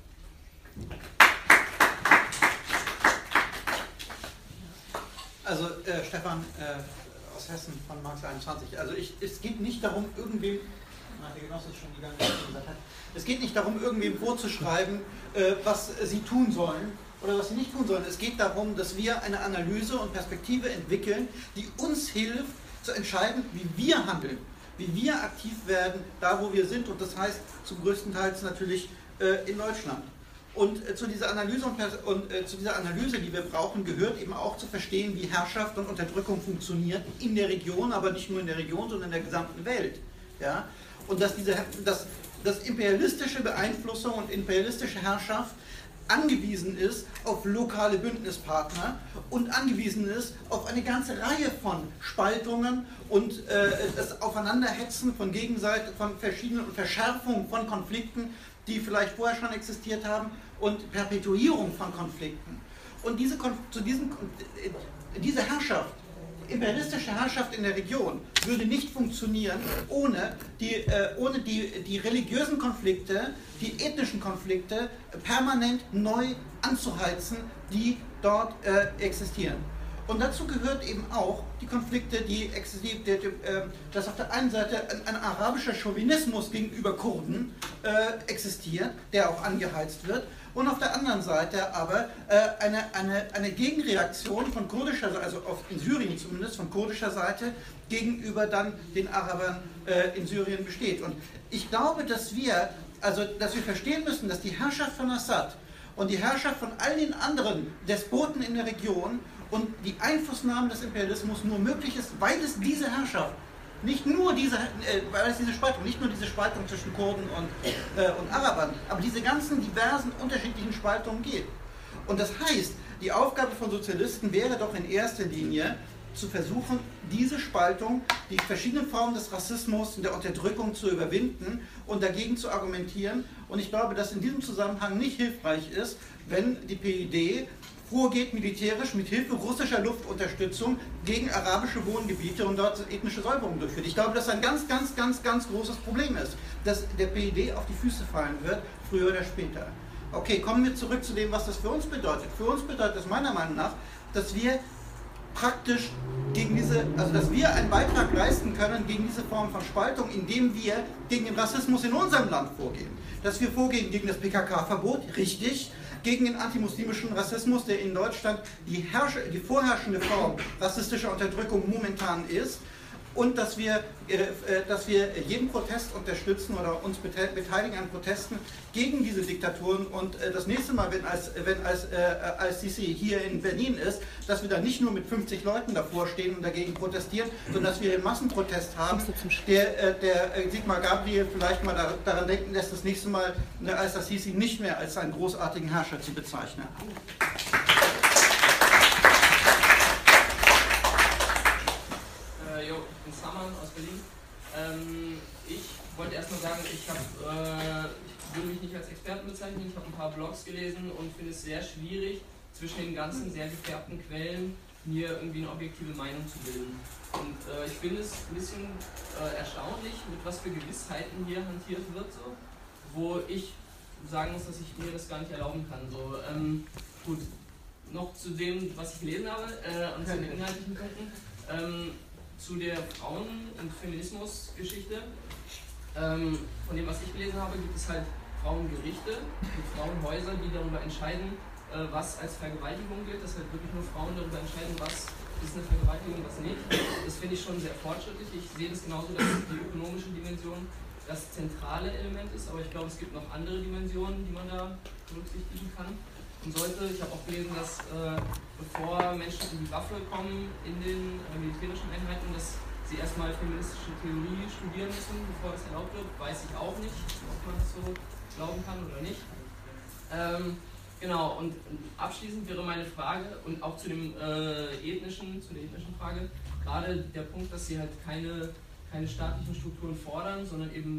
Also äh, Stefan äh, aus Hessen von Marx einundzwanzig. Also ich, es geht nicht darum, irgendwem, na, der Genosse ist schon gegangen, was er gesagt hat, es geht nicht darum, irgendwem vorzuschreiben, äh, was sie tun sollen oder was sie nicht tun sollen. Es geht darum, dass wir eine Analyse und Perspektive entwickeln, die uns hilft, zu entscheiden, wie wir handeln, wie wir aktiv werden, da wo wir sind, und das heißt zum größten Teil natürlich äh, in Deutschland. Und äh, zu dieser Analyse und, und äh, zu dieser Analyse, die wir brauchen, gehört eben auch zu verstehen, wie Herrschaft und Unterdrückung funktioniert in der Region, aber nicht nur in der Region, sondern in der gesamten Welt. Ja? Und dass diese, dass, dass imperialistische Beeinflussung und imperialistische Herrschaft angewiesen ist auf lokale Bündnispartner und angewiesen ist auf eine ganze Reihe von Spaltungen und äh, das Aufeinanderhetzen von Gegenseite, von verschiedenen Verschärfungen von Konflikten, die vielleicht vorher schon existiert haben, und Perpetuierung von Konflikten. Und diese, zu diesen, diese Herrschaft, imperialistische Herrschaft in der Region, würde nicht funktionieren ohne die, äh, ohne die, die religiösen Konflikte, die ethnischen Konflikte permanent neu anzuheizen, die dort äh, existieren. Und dazu gehört eben auch die Konflikte, die existieren, die, äh, dass auf der einen Seite ein, ein arabischer Chauvinismus gegenüber Kurden äh, existiert, der auch angeheizt wird, und auf der anderen Seite aber äh, eine, eine, eine Gegenreaktion von kurdischer Seite, also auf, in Syrien zumindest von kurdischer Seite, gegenüber dann den Arabern äh, in Syrien besteht. Und ich glaube, dass wir, also, dass wir verstehen müssen, dass die Herrschaft von Assad und die Herrschaft von all den anderen Despoten in der Region und die Einflussnahme des Imperialismus nur möglich ist, weil es diese Herrschaft, nicht nur diese, äh, weil es diese Spaltung, nicht nur diese Spaltung zwischen Kurden und, äh, und Arabern, aber diese ganzen diversen unterschiedlichen Spaltungen geht. Und das heißt, die Aufgabe von Sozialisten wäre doch in erster Linie zu versuchen, diese Spaltung, die verschiedenen Formen des Rassismus und der Unterdrückung zu überwinden und dagegen zu argumentieren. Und ich glaube, dass in diesem Zusammenhang nicht hilfreich ist, wenn die P I D vorgeht militärisch mit Hilfe russischer Luftunterstützung gegen arabische Wohngebiete und dort ethnische Säuberungen durchführt. Ich glaube, dass ein ganz, ganz, ganz, ganz großes Problem ist, dass der P I D auf die Füße fallen wird, früher oder später. Okay, kommen wir zurück zu dem, was das für uns bedeutet. Für uns bedeutet das meiner Meinung nach, dass wir praktisch gegen diese, also dass wir einen Beitrag leisten können gegen diese Form von Spaltung, indem wir gegen den Rassismus in unserem Land vorgehen. Dass wir vorgehen gegen das P K K-Verbot, richtig, gegen den antimuslimischen Rassismus, der in Deutschland die, Herrsch die vorherrschende Form rassistischer Unterdrückung momentan ist, und dass wir, äh, dass wir jeden Protest unterstützen oder uns beteiligen an Protesten gegen diese Diktaturen, und äh, das nächste Mal, wenn als, wenn als, äh, als Sisi hier in Berlin ist, dass wir da nicht nur mit fünfzig Leuten davor stehen und dagegen protestieren, sondern dass wir einen Massenprotest haben, der, äh, der äh, Sigmar Gabriel vielleicht mal da, daran denken lässt, das nächste Mal äh, als das Sisi nicht mehr als einen großartigen Herrscher zu bezeichnen. Jo, ich bin Saman aus Berlin. Ähm, ich wollte erstmal sagen, ich, hab, äh, ich würde mich nicht als Experten bezeichnen, ich habe ein paar Blogs gelesen und finde es sehr schwierig, zwischen den ganzen sehr gefärbten Quellen mir irgendwie eine objektive Meinung zu bilden. Und äh, ich finde es ein bisschen äh, erstaunlich, mit was für Gewissheiten hier hantiert wird, so, wo ich sagen muss, dass ich mir das gar nicht erlauben kann. So, ähm, gut, noch zu dem, was ich gelesen habe äh, und zu den inhaltlichen Punkten. Ähm, Zu der Frauen- und Feminismus-Geschichte. Ähm, von dem, was ich gelesen habe, gibt es halt Frauengerichte und Frauenhäuser, die darüber entscheiden, äh, was als Vergewaltigung gilt, dass halt wirklich nur Frauen darüber entscheiden, was ist eine Vergewaltigung, was nicht. Das finde ich schon sehr fortschrittlich. Ich sehe das genauso, dass die ökonomische Dimension das zentrale Element ist, aber ich glaube, es gibt noch andere Dimensionen, die man da berücksichtigen kann. Und sollte, ich habe auch gelesen, dass äh, bevor Menschen in die Waffe kommen in den äh, militärischen Einheiten, dass sie erstmal feministische Theorie studieren müssen, bevor das erlaubt wird. Weiß ich auch nicht, ob man das so glauben kann oder nicht. Ähm, genau, und abschließend wäre meine Frage, und auch zu dem äh, ethnischen, zu der ethnischen Frage, gerade der Punkt, dass sie halt keine, keine staatlichen Strukturen fordern, sondern eben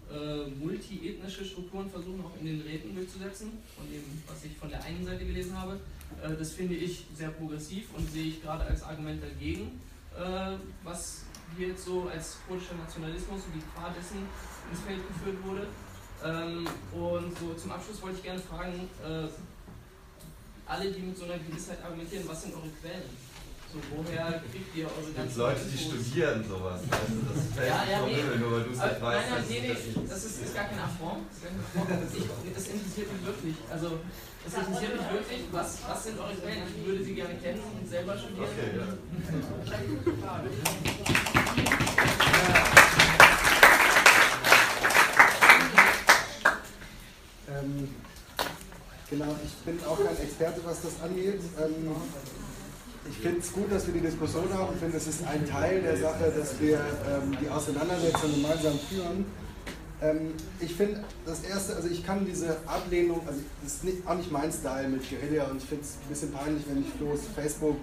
äh, multiethnische Strukturen versuchen auch in den Räten durchzusetzen, von dem, was ich von der einen Seite gelesen habe. Äh, das finde ich sehr progressiv und sehe ich gerade als Argument dagegen, äh, was hier jetzt so als kurdischer Nationalismus und die Gefahr dessen ins Feld geführt wurde. Ähm, und so zum Abschluss wollte ich gerne fragen, äh, alle, die mit so einer Gewissheit argumentieren, was sind eure Quellen? So, woher kriegt ihr eure ganzen... Es gibt Leute, die Infos? studieren sowas. Also das fällt ja, ja, vom nee. Himmel, nur weil du es nicht Aber weißt. Nein, nein, dass nee, das nee, das ist, ist gar keine Affront. Das, ist keine Affront. Ich, das interessiert mich wirklich. Also, es interessiert mich wirklich, was, was sind eure Quellen? Ich würde sie gerne kennen und selber studieren. Okay, ja. Ähm, genau, ich bin auch kein Experte, was das angeht. Ähm, ich finde es gut, dass wir die Diskussion haben. Ich finde, es ist ein Teil der Sache, dass wir ähm, die Auseinandersetzung gemeinsam führen. Ähm, ich finde das Erste, also ich kann diese Ablehnung, also das ist nicht, auch nicht mein Style mit Guerilla und ich finde es ein bisschen peinlich, wenn ich bloß Facebook,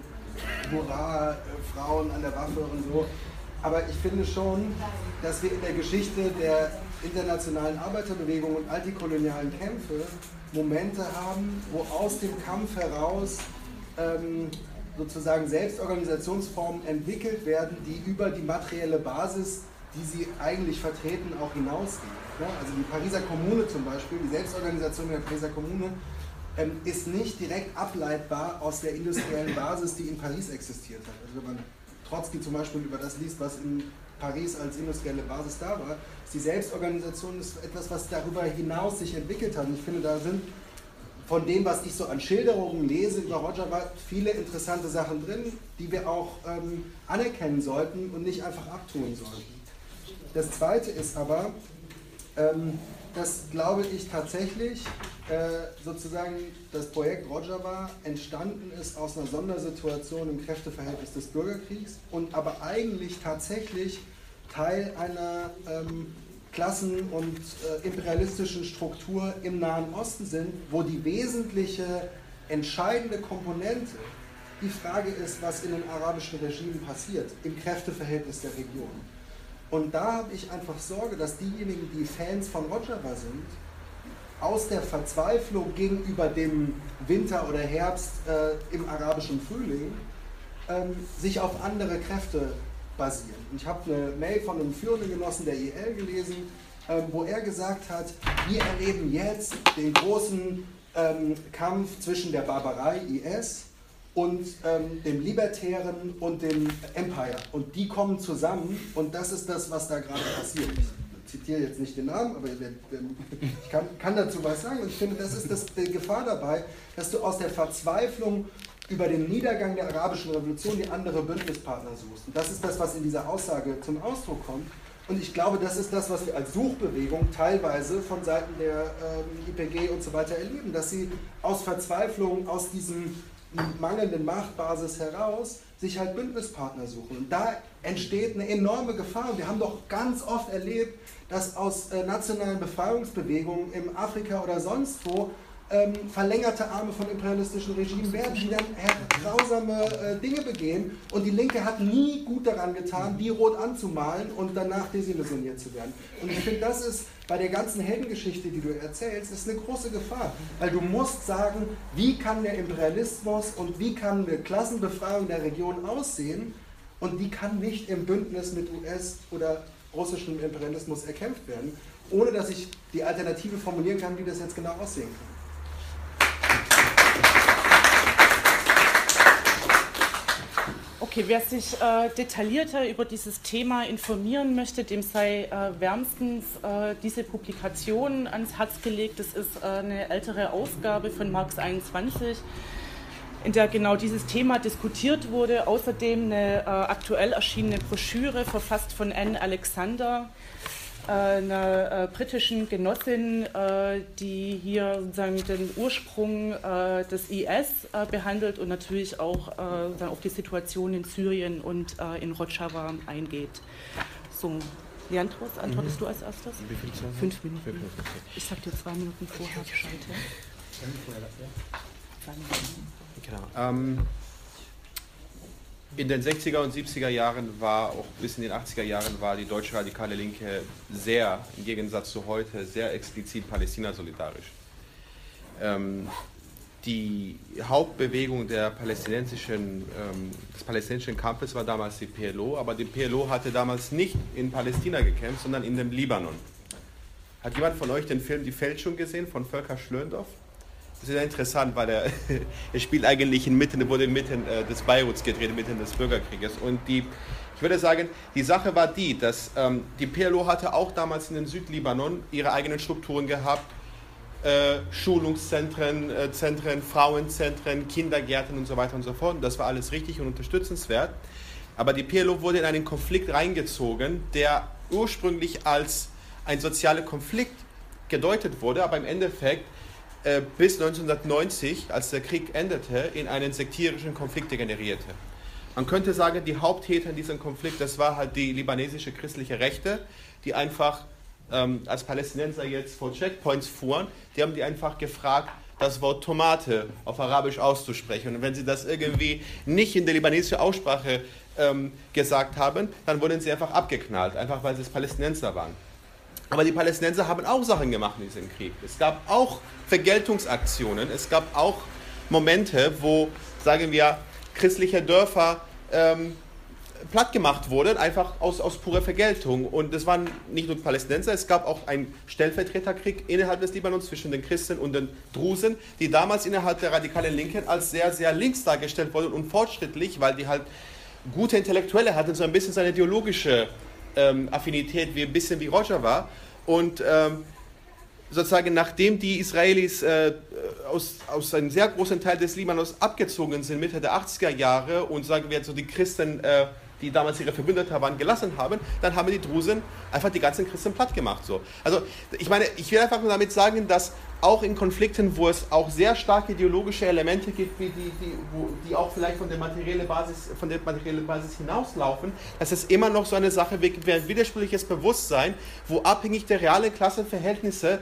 Hurra, äh, Frauen an der Waffe und so. Aber ich finde schon, dass wir in der Geschichte der internationalen Arbeiterbewegung und antikolonialen Kämpfe Momente haben, wo aus dem Kampf heraus ähm, sozusagen Selbstorganisationsformen entwickelt werden, die über die materielle Basis, die sie eigentlich vertreten, auch hinausgehen. Ja, also die Pariser Kommune zum Beispiel, die Selbstorganisation der Pariser Kommune, ähm, ist nicht direkt ableitbar aus der industriellen Basis, die in Paris existiert hat. Also wenn man Trotzki zum Beispiel über das liest, was in Paris als industrielle Basis da war, ist die Selbstorganisation ist etwas, was darüber hinaus sich entwickelt hat. Und ich finde, da sind von dem, was ich so an Schilderungen lese über Rojava, viele interessante Sachen drin, die wir auch ähm, anerkennen sollten und nicht einfach abtun sollten. Das Zweite ist aber, ähm, dass, glaube ich, tatsächlich äh, sozusagen das Projekt Rojava entstanden ist aus einer Sondersituation im Kräfteverhältnis des Bürgerkriegs und aber eigentlich tatsächlich Teil einer ähm, klassen- und äh, imperialistischen Struktur im Nahen Osten sind, wo die wesentliche, entscheidende Komponente die Frage ist, was in den arabischen Regimen passiert, im Kräfteverhältnis der Region. Und da habe ich einfach Sorge, dass diejenigen, die Fans von Rojava sind, aus der Verzweiflung gegenüber dem Winter oder Herbst äh, im arabischen Frühling ähm, sich auf andere Kräfte basieren. Und ich habe eine Mail von einem führenden Genossen der I L gelesen, ähm, wo er gesagt hat, wir erleben jetzt den großen ähm, Kampf zwischen der Barbarei I S und ähm, dem Libertären und dem Empire. Und die kommen zusammen und das ist das, was da gerade passiert. Ich zitiere jetzt nicht den Namen, aber ich kann, kann dazu was sagen. Und ich finde, das ist das, die Gefahr dabei, dass du aus der Verzweiflung über den Niedergang der arabischen Revolution die andere Bündnispartner suchst. Und das ist das, was in dieser Aussage zum Ausdruck kommt. Und ich glaube, das ist das, was wir als Suchbewegung teilweise von Seiten der ähm, I P G und so weiter erleben, dass sie aus Verzweiflung, aus diesem mangelnden Machtbasis heraus sich halt Bündnispartner suchen. Und da entsteht eine enorme Gefahr. Und wir haben doch ganz oft erlebt, dass aus äh, nationalen Befreiungsbewegungen in Afrika oder sonst wo ähm, verlängerte Arme von imperialistischen Regimen werden, die dann grausame äh, Dinge begehen. Und die Linke hat nie gut daran getan, die rot anzumalen und danach desillusioniert zu werden. Und ich finde, das ist bei der ganzen Heldengeschichte, die du erzählst, ist eine große Gefahr. Weil du musst sagen, wie kann der Imperialismus und wie kann eine Klassenbefreiung der Region aussehen und die kann nicht im Bündnis mit U S oder russischem Imperialismus erkämpft werden, ohne dass ich die Alternative formulieren kann, wie das jetzt genau aussehen kann. Okay, wer sich äh, detaillierter über dieses Thema informieren möchte, dem sei äh, wärmstens äh, diese Publikation ans Herz gelegt. Das ist äh, eine ältere Ausgabe von Marx einundzwanzig, in der genau dieses Thema diskutiert wurde. Außerdem eine äh, aktuell erschienene Broschüre, verfasst von Anne Alexander, einer äh, britischen Genossin, äh, die hier sozusagen den Ursprung äh, des I S äh, behandelt und natürlich auch äh, auf die Situation in Syrien und äh, in Rojava eingeht. So, Leandros, antwortest mhm. du als erstes? Wie viel Zeit? Fünf Minuten. Fünf Minuten. Ich sag dir zwei Minuten vorher Bescheid. Ja? Zwei Minuten. Genau. Ähm, In den sechziger und siebziger Jahren war, auch bis in den achtziger Jahren, war die deutsche radikale Linke sehr, im Gegensatz zu heute, sehr explizit Palästina-solidarisch. Ähm, die Hauptbewegung der palästinensischen, ähm, des palästinensischen Kampfes war damals die P L O, aber die P L O hatte damals nicht in Palästina gekämpft, sondern in dem Libanon. Hat jemand von euch den Film Die Fälschung gesehen von Volker Schlöndorff? Das ist sehr interessant, weil er, er spielt eigentlich inmitten, wurde inmitten äh, des Beiruts gedreht, inmitten des Bürgerkrieges. Und die, ich würde sagen, die Sache war die, dass ähm, die P L O hatte auch damals in den Südlibanon ihre eigenen Strukturen gehabt, äh, Schulungszentren, äh, Zentren, Frauenzentren, Kindergärten und so weiter und so fort. Und das war alles richtig und unterstützenswert. Aber die P L O wurde in einen Konflikt reingezogen, der ursprünglich als ein sozialer Konflikt gedeutet wurde, aber im Endeffekt äh, bis neunzehnhundertneunzig, als der Krieg endete, in einen sektierischen Konflikt degenerierte. Man könnte sagen, die Haupttäter in diesem Konflikt, das war halt die libanesische christliche Rechte, die einfach ähm, als Palästinenser jetzt vor Checkpoints fuhren, die haben die einfach gefragt, das Wort Tomate auf Arabisch auszusprechen. Und wenn sie das irgendwie nicht in der libanesischen Aussprache ähm, gesagt haben, dann wurden sie einfach abgeknallt, einfach weil sie Palästinenser waren. Aber die Palästinenser haben auch Sachen gemacht in diesem Krieg. Es gab auch Vergeltungsaktionen, es gab auch Momente, wo, sagen wir, christliche Dörfer ähm, platt gemacht wurden, einfach aus, aus purer Vergeltung. Und es waren nicht nur Palästinenser, es gab auch einen Stellvertreterkrieg innerhalb des Libanons zwischen den Christen und den Drusen, die damals innerhalb der radikalen Linken als sehr, sehr links dargestellt wurden und fortschrittlich, weil die halt gute Intellektuelle hatten, so ein bisschen seine ideologische ähm, Affinität, wie ein bisschen wie Roger war. Und ähm, sozusagen nachdem die Israelis äh, aus, aus einem sehr großen Teil des Libanos abgezogen sind, Mitte der achtziger Jahre, und sagen wir so die Christen, äh, die damals ihre Verbündeten waren, gelassen haben, dann haben die Drusen einfach die ganzen Christen platt gemacht. So. Also ich meine, ich will einfach nur damit sagen, dass auch in Konflikten, wo es auch sehr starke ideologische Elemente gibt, wie die, die, wo, die auch vielleicht von der materiellen Basis, von der materiellen Basis hinauslaufen, dass es immer noch so eine Sache gibt, wie ein widersprüchliches Bewusstsein, wo abhängig der realen Klassenverhältnisse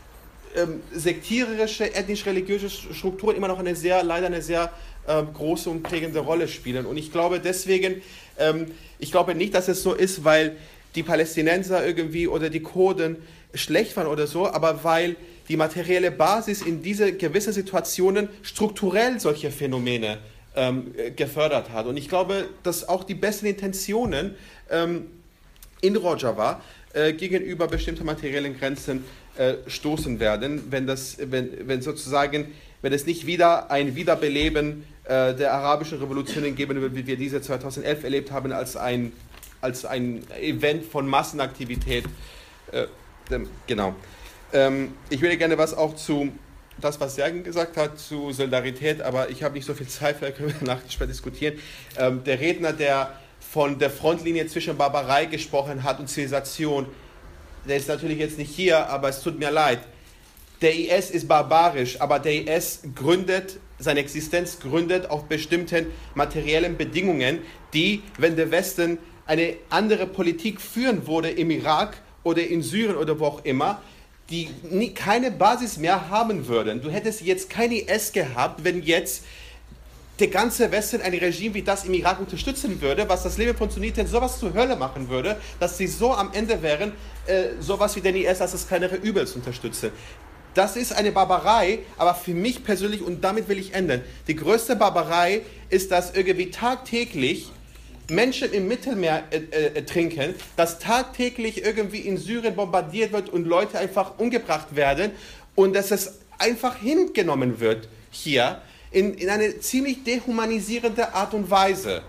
ähm, sektiererische, ethnisch-religiöse Strukturen immer noch eine sehr, leider eine sehr ähm, große und prägende Rolle spielen. Und ich glaube deswegen, ähm, ich glaube nicht, dass es so ist, weil die Palästinenser irgendwie oder die Kurden schlecht waren oder so, aber weil die materielle Basis in diese gewissen Situationen strukturell solche Phänomene ähm, gefördert hat. Und ich glaube, dass auch die besten Intentionen ähm, in Rojava äh, gegenüber bestimmten materiellen Grenzen äh, stoßen werden, wenn, das, wenn, wenn sozusagen, wenn es nicht wieder ein Wiederbeleben äh, der arabischen Revolutionen geben wird, wie wir diese zweitausendelf erlebt haben, als ein, als ein Event von Massenaktivität. Äh, genau. Ähm, ich würde gerne was auch zu das, was Sergen gesagt hat, zu Solidarität, aber ich habe nicht so viel Zeit, vielleicht können wir nachher später diskutieren. Ähm, der Redner, der von der Frontlinie zwischen Barbarei gesprochen hat und Zivilisation, der ist natürlich jetzt nicht hier, aber es tut mir leid. Der I S ist barbarisch, aber der I S gründet, seine Existenz gründet auf bestimmten materiellen Bedingungen, die, wenn der Westen eine andere Politik führen würde im Irak oder in Syrien oder wo auch immer, die nie, keine Basis mehr haben würden. Du hättest jetzt kein I S gehabt, wenn jetzt der ganze Westen ein Regime wie das im Irak unterstützen würde, was das Leben von Sunniten sowas zur Hölle machen würde, dass sie so am Ende wären, äh, sowas wie den I S als das kleinere Übel zu unterstützen. Das ist eine Barbarei, aber für mich persönlich, und damit will ich enden, die größte Barbarei ist, dass irgendwie tagtäglich Menschen im Mittelmeer äh, äh, trinken, dass tagtäglich irgendwie in Syrien bombardiert wird und Leute einfach umgebracht werden und dass es einfach hingenommen wird hier in, in eine ziemlich dehumanisierende Art und Weise.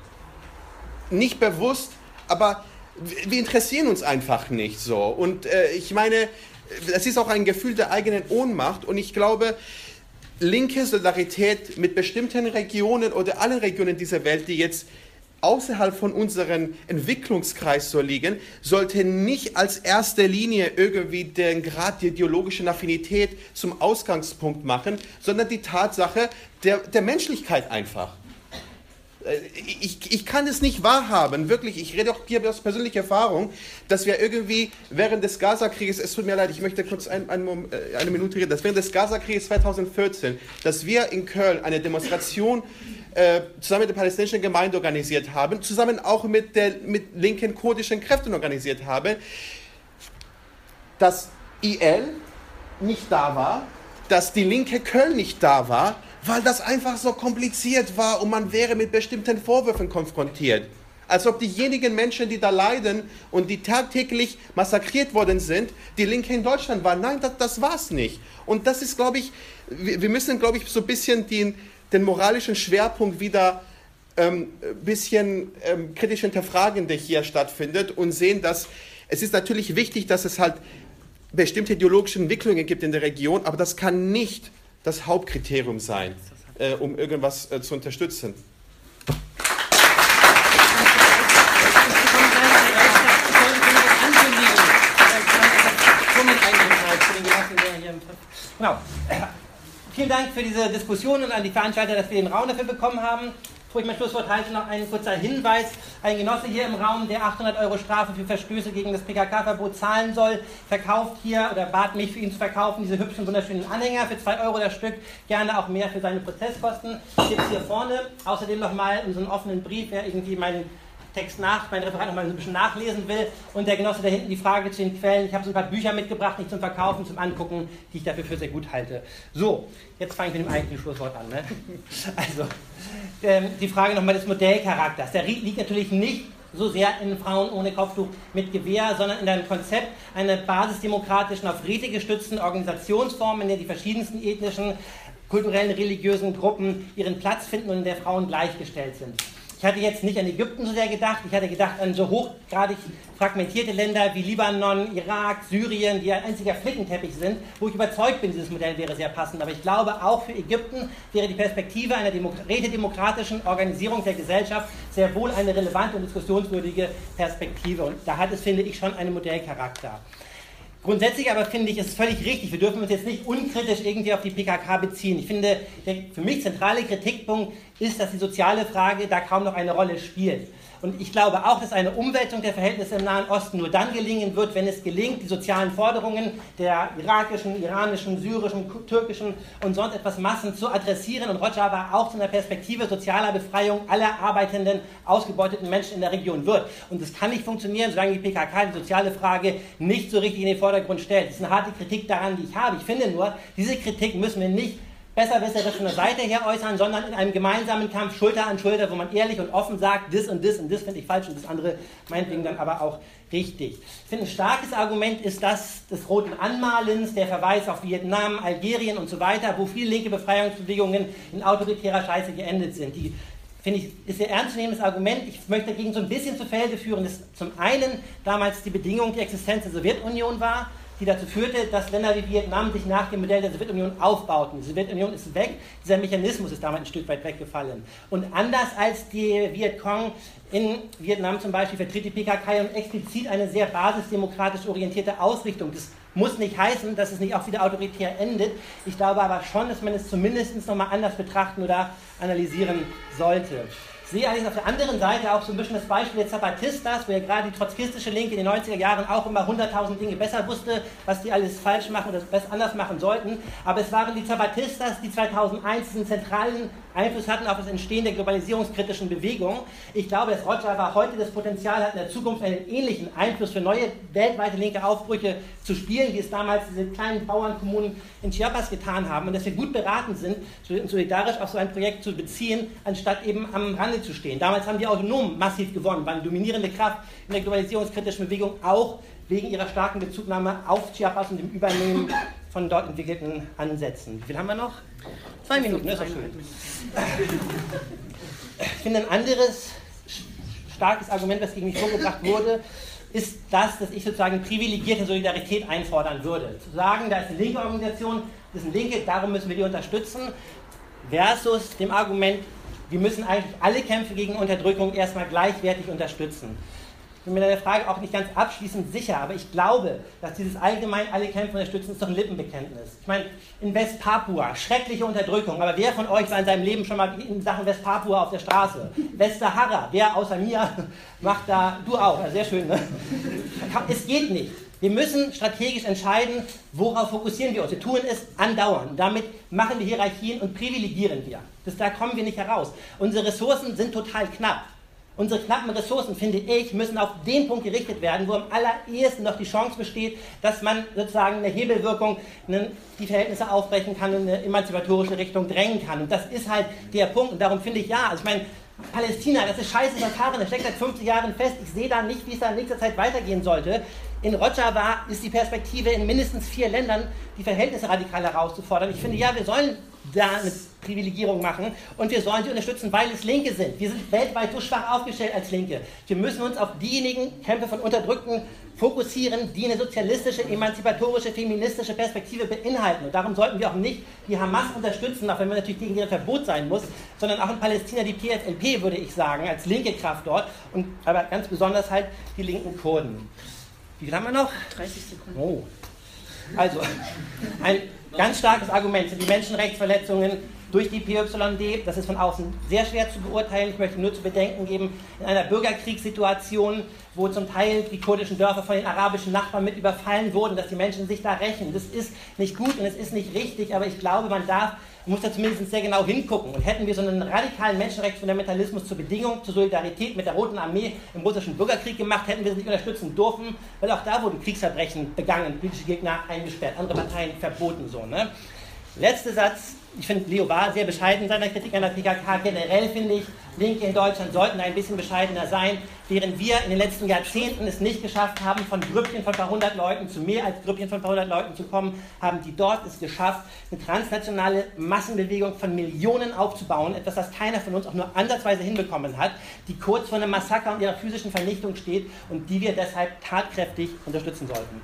Nicht bewusst, aber wir interessieren uns einfach nicht so. Und äh, ich meine, es ist auch ein Gefühl der eigenen Ohnmacht und ich glaube, linke Solidarität mit bestimmten Regionen oder allen Regionen dieser Welt, die jetzt außerhalb von unserem Entwicklungskreis so liegen, sollte nicht als erste Linie irgendwie den Grad der ideologischen Affinität zum Ausgangspunkt machen, sondern die Tatsache der, der Menschlichkeit einfach. Ich, ich kann es nicht wahrhaben, wirklich, ich rede auch hier aus persönlicher Erfahrung, dass wir irgendwie während des Gaza-Krieges, es tut mir leid, ich möchte kurz ein, ein, eine Minute reden, dass während des Gaza-Krieges zweitausendvierzehn, dass wir in Köln eine Demonstration äh, zusammen mit der palästinensischen Gemeinde organisiert haben, zusammen auch mit, der, mit linken kurdischen Kräften organisiert haben, dass I L nicht da war, dass die linke Köln nicht da war, weil das einfach so kompliziert war und man wäre mit bestimmten Vorwürfen konfrontiert. Als ob diejenigen Menschen, die da leiden und die tagtäglich massakriert worden sind, die Linke in Deutschland waren. Nein, das, das war es nicht. Und das ist, glaube ich, wir müssen, glaube ich, so ein bisschen den, den moralischen Schwerpunkt wieder ein ähm, bisschen ähm, kritisch hinterfragen, der hier stattfindet und sehen, dass es ist natürlich wichtig, dass es halt bestimmte ideologische Entwicklungen gibt in der Region, aber das kann nicht das Hauptkriterium sein, äh, um irgendwas äh, zu unterstützen. Genau. Vielen Dank für diese Diskussion und an die Veranstalter, dass wir den Raum dafür bekommen haben. Bevor ich mein Schlusswort halte, noch ein kurzer Hinweis. Ein Genosse hier im Raum, der achthundert Euro Strafe für Verstöße gegen das P K K-Verbot zahlen soll, verkauft hier oder bat mich für ihn zu verkaufen diese hübschen, wunderschönen Anhänger für zwei Euro das Stück. Gerne auch mehr für seine Prozesskosten. Gibt es hier vorne. Außerdem nochmal unseren offenen Brief, wer irgendwie meinen Text nach, mein Referat noch mal ein bisschen nachlesen will. Und der Genosse da hinten die Frage zu den Quellen. Ich habe so ein paar Bücher mitgebracht, nicht zum Verkaufen, zum Angucken, die ich dafür für sehr gut halte. So, jetzt fange ich mit dem eigentlichen Schlusswort an. Ne? Also, ähm, die Frage nochmal des Modellcharakters. Der liegt natürlich nicht so sehr in Frauen ohne Kopftuch mit Gewehr, sondern in einem Konzept einer basisdemokratischen, auf Räte gestützten Organisationsform, in der die verschiedensten ethnischen, kulturellen, religiösen Gruppen ihren Platz finden und in der Frauen gleichgestellt sind. Ich hatte jetzt nicht an Ägypten so sehr gedacht, ich hatte gedacht an so hochgradig fragmentierte Länder wie Libanon, Irak, Syrien, die ein einziger Flickenteppich sind, wo ich überzeugt bin, dieses Modell wäre sehr passend. Aber ich glaube, auch für Ägypten wäre die Perspektive einer rätedemokratischen Organisierung der Gesellschaft sehr wohl eine relevante und diskussionswürdige Perspektive. Und da hat es, finde ich, schon einen Modellcharakter. Grundsätzlich aber finde ich, es ist völlig richtig, wir dürfen uns jetzt nicht unkritisch irgendwie auf die P K K beziehen. Ich finde, der für mich zentrale Kritikpunkt ist, dass die soziale Frage da kaum noch eine Rolle spielt. Und ich glaube auch, dass eine Umwälzung der Verhältnisse im Nahen Osten nur dann gelingen wird, wenn es gelingt, die sozialen Forderungen der irakischen, iranischen, syrischen, türkischen und sonst etwas Massen zu adressieren und Rojava auch zu einer Perspektive sozialer Befreiung aller arbeitenden, ausgebeuteten Menschen in der Region wird. Und das kann nicht funktionieren, solange die P K K die soziale Frage nicht so richtig in den Vordergrund stellt. Das ist eine harte Kritik daran, die ich habe. Ich finde nur, diese Kritik müssen wir nicht besserwisserisch von der Seite her äußern, sondern in einem gemeinsamen Kampf Schulter an Schulter, wo man ehrlich und offen sagt, das und das und das finde ich falsch und das andere meinetwegen dann aber auch richtig. Ich finde, ein starkes Argument ist das des roten Anmalens, der Verweis auf Vietnam, Algerien und so weiter, wo viele linke Befreiungsbewegungen in autoritärer Scheiße geendet sind. Die, finde ich, ist ein ernstzunehmendes Argument. Ich möchte dagegen so ein bisschen zu Felde führen, dass zum einen damals die Bedingung der Existenz der Sowjetunion war, die dazu führte, dass Länder wie Vietnam sich nach dem Modell der Sowjetunion aufbauten. Die Sowjetunion ist weg, dieser Mechanismus ist damals ein Stück weit weggefallen. Und anders als die Vietcong in Vietnam zum Beispiel vertritt die P K K explizit eine sehr basisdemokratisch orientierte Ausrichtung. Das muss nicht heißen, dass es nicht auch wieder autoritär endet. Ich glaube aber schon, dass man es zumindest nochmal anders betrachten oder analysieren sollte. Ich sehe allerdings auf der anderen Seite auch so ein bisschen das Beispiel der Zapatistas, wo ja gerade die trotzkistische Linke in den neunziger Jahren auch immer hunderttausend Dinge besser wusste, was die alles falsch machen oder besser anders machen sollten. Aber es waren die Zapatistas, die zweitausendeins diesen zentralen Einfluss hatten auf das Entstehen der globalisierungskritischen Bewegung. Ich glaube, dass Rojava heute das Potenzial hat, in der Zukunft einen ähnlichen Einfluss für neue weltweite linke Aufbrüche zu spielen, wie es damals diese kleinen Bauernkommunen in Chiapas getan haben. Und dass wir gut beraten sind, solidarisch auf so ein Projekt zu beziehen, anstatt eben am Rande zu stehen. Damals haben die Autonomen massiv gewonnen, waren dominierende Kraft in der globalisierungskritischen Bewegung, auch wegen ihrer starken Bezugnahme auf Chiapas und dem Übernehmen von dort entwickelten Ansätzen. Wie viel haben wir noch? Zwei Minuten, das ist doch schön. Ich finde, ein anderes starkes Argument, das gegen mich vorgebracht wurde, ist das, dass ich sozusagen privilegierte Solidarität einfordern würde. Zu sagen, da ist eine linke Organisation, das ist eine Linke, darum müssen wir die unterstützen, versus dem Argument, wir müssen eigentlich alle Kämpfe gegen Unterdrückung erstmal gleichwertig unterstützen. Ich bin mir der Frage auch nicht ganz abschließend sicher, aber ich glaube, dass dieses allgemein alle Kämpfe unterstützen, ist doch ein Lippenbekenntnis. Ich meine, in Westpapua, schreckliche Unterdrückung, aber wer von euch war in seinem Leben schon mal in Sachen Westpapua auf der Straße? Westsahara, wer außer mir macht da, du auch, sehr schön, ne? Es geht nicht. Wir müssen strategisch entscheiden, worauf fokussieren wir uns. Wir tun es andauernd. Damit machen wir Hierarchien und privilegieren wir. Das, da kommen wir nicht heraus. Unsere Ressourcen sind total knapp. Unsere knappen Ressourcen, finde ich, müssen auf den Punkt gerichtet werden, wo am allerersten noch die Chance besteht, dass man sozusagen eine Hebelwirkung, eine, die Verhältnisse aufbrechen kann und eine emanzipatorische Richtung drängen kann. Und das ist halt der Punkt. Und darum finde ich, ja, also ich meine, Palästina, das ist scheiße Verfahren, das steckt seit fünfzig Jahren fest. Ich sehe da nicht, wie es da in nächster Zeit weitergehen sollte. In Rojava ist die Perspektive, in mindestens vier Ländern die Verhältnisse radikal herauszufordern. Ich finde, ja, wir sollen da eine Privilegierung machen und wir sollen sie unterstützen, weil es Linke sind. Wir sind weltweit so schwach aufgestellt als Linke. Wir müssen uns auf diejenigen Kämpfe von Unterdrückten fokussieren, die eine sozialistische, emanzipatorische, feministische Perspektive beinhalten. Und darum sollten wir auch nicht die Hamas unterstützen, auch wenn man natürlich gegen ihr Verbot sein muss, sondern auch in Palästina die P F L P, würde ich sagen, als linke Kraft dort, und aber ganz besonders halt die linken Kurden. Wie viel haben wir noch? dreißig Sekunden. Oh. Also, ein ganz starkes Argument sind die Menschenrechtsverletzungen durch die P Y D. Das ist von außen sehr schwer zu beurteilen. Ich möchte nur zu bedenken geben, in einer Bürgerkriegssituation, wo zum Teil die kurdischen Dörfer von den arabischen Nachbarn mit überfallen wurden, dass die Menschen sich da rächen. Das ist nicht gut und es ist nicht richtig, aber ich glaube, man darf, man muss da zumindest sehr genau hingucken. Und hätten wir so einen radikalen Menschenrechtsfundamentalismus zur Bedingung, zur Solidarität mit der Roten Armee im russischen Bürgerkrieg gemacht, hätten wir es nicht unterstützen dürfen, weil auch da wurden Kriegsverbrechen begangen, politische Gegner eingesperrt, andere Parteien verboten. So, ne? Letzter Satz. Ich finde, Leo war sehr bescheiden in seiner Kritik an der P K K. Generell finde ich, Linke in Deutschland sollten ein bisschen bescheidener sein, während wir in den letzten Jahrzehnten es nicht geschafft haben, von Grüppchen von ein paar hundert Leuten zu mehr als Grüppchen von ein paar hundert Leuten zu kommen, haben die dort es geschafft, eine transnationale Massenbewegung von Millionen aufzubauen, etwas, das keiner von uns auch nur ansatzweise hinbekommen hat, die kurz vor einem Massaker und ihrer physischen Vernichtung steht und die wir deshalb tatkräftig unterstützen sollten.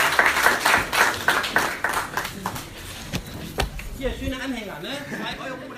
Hier, schöne Anhänger, ne? zwei Euro.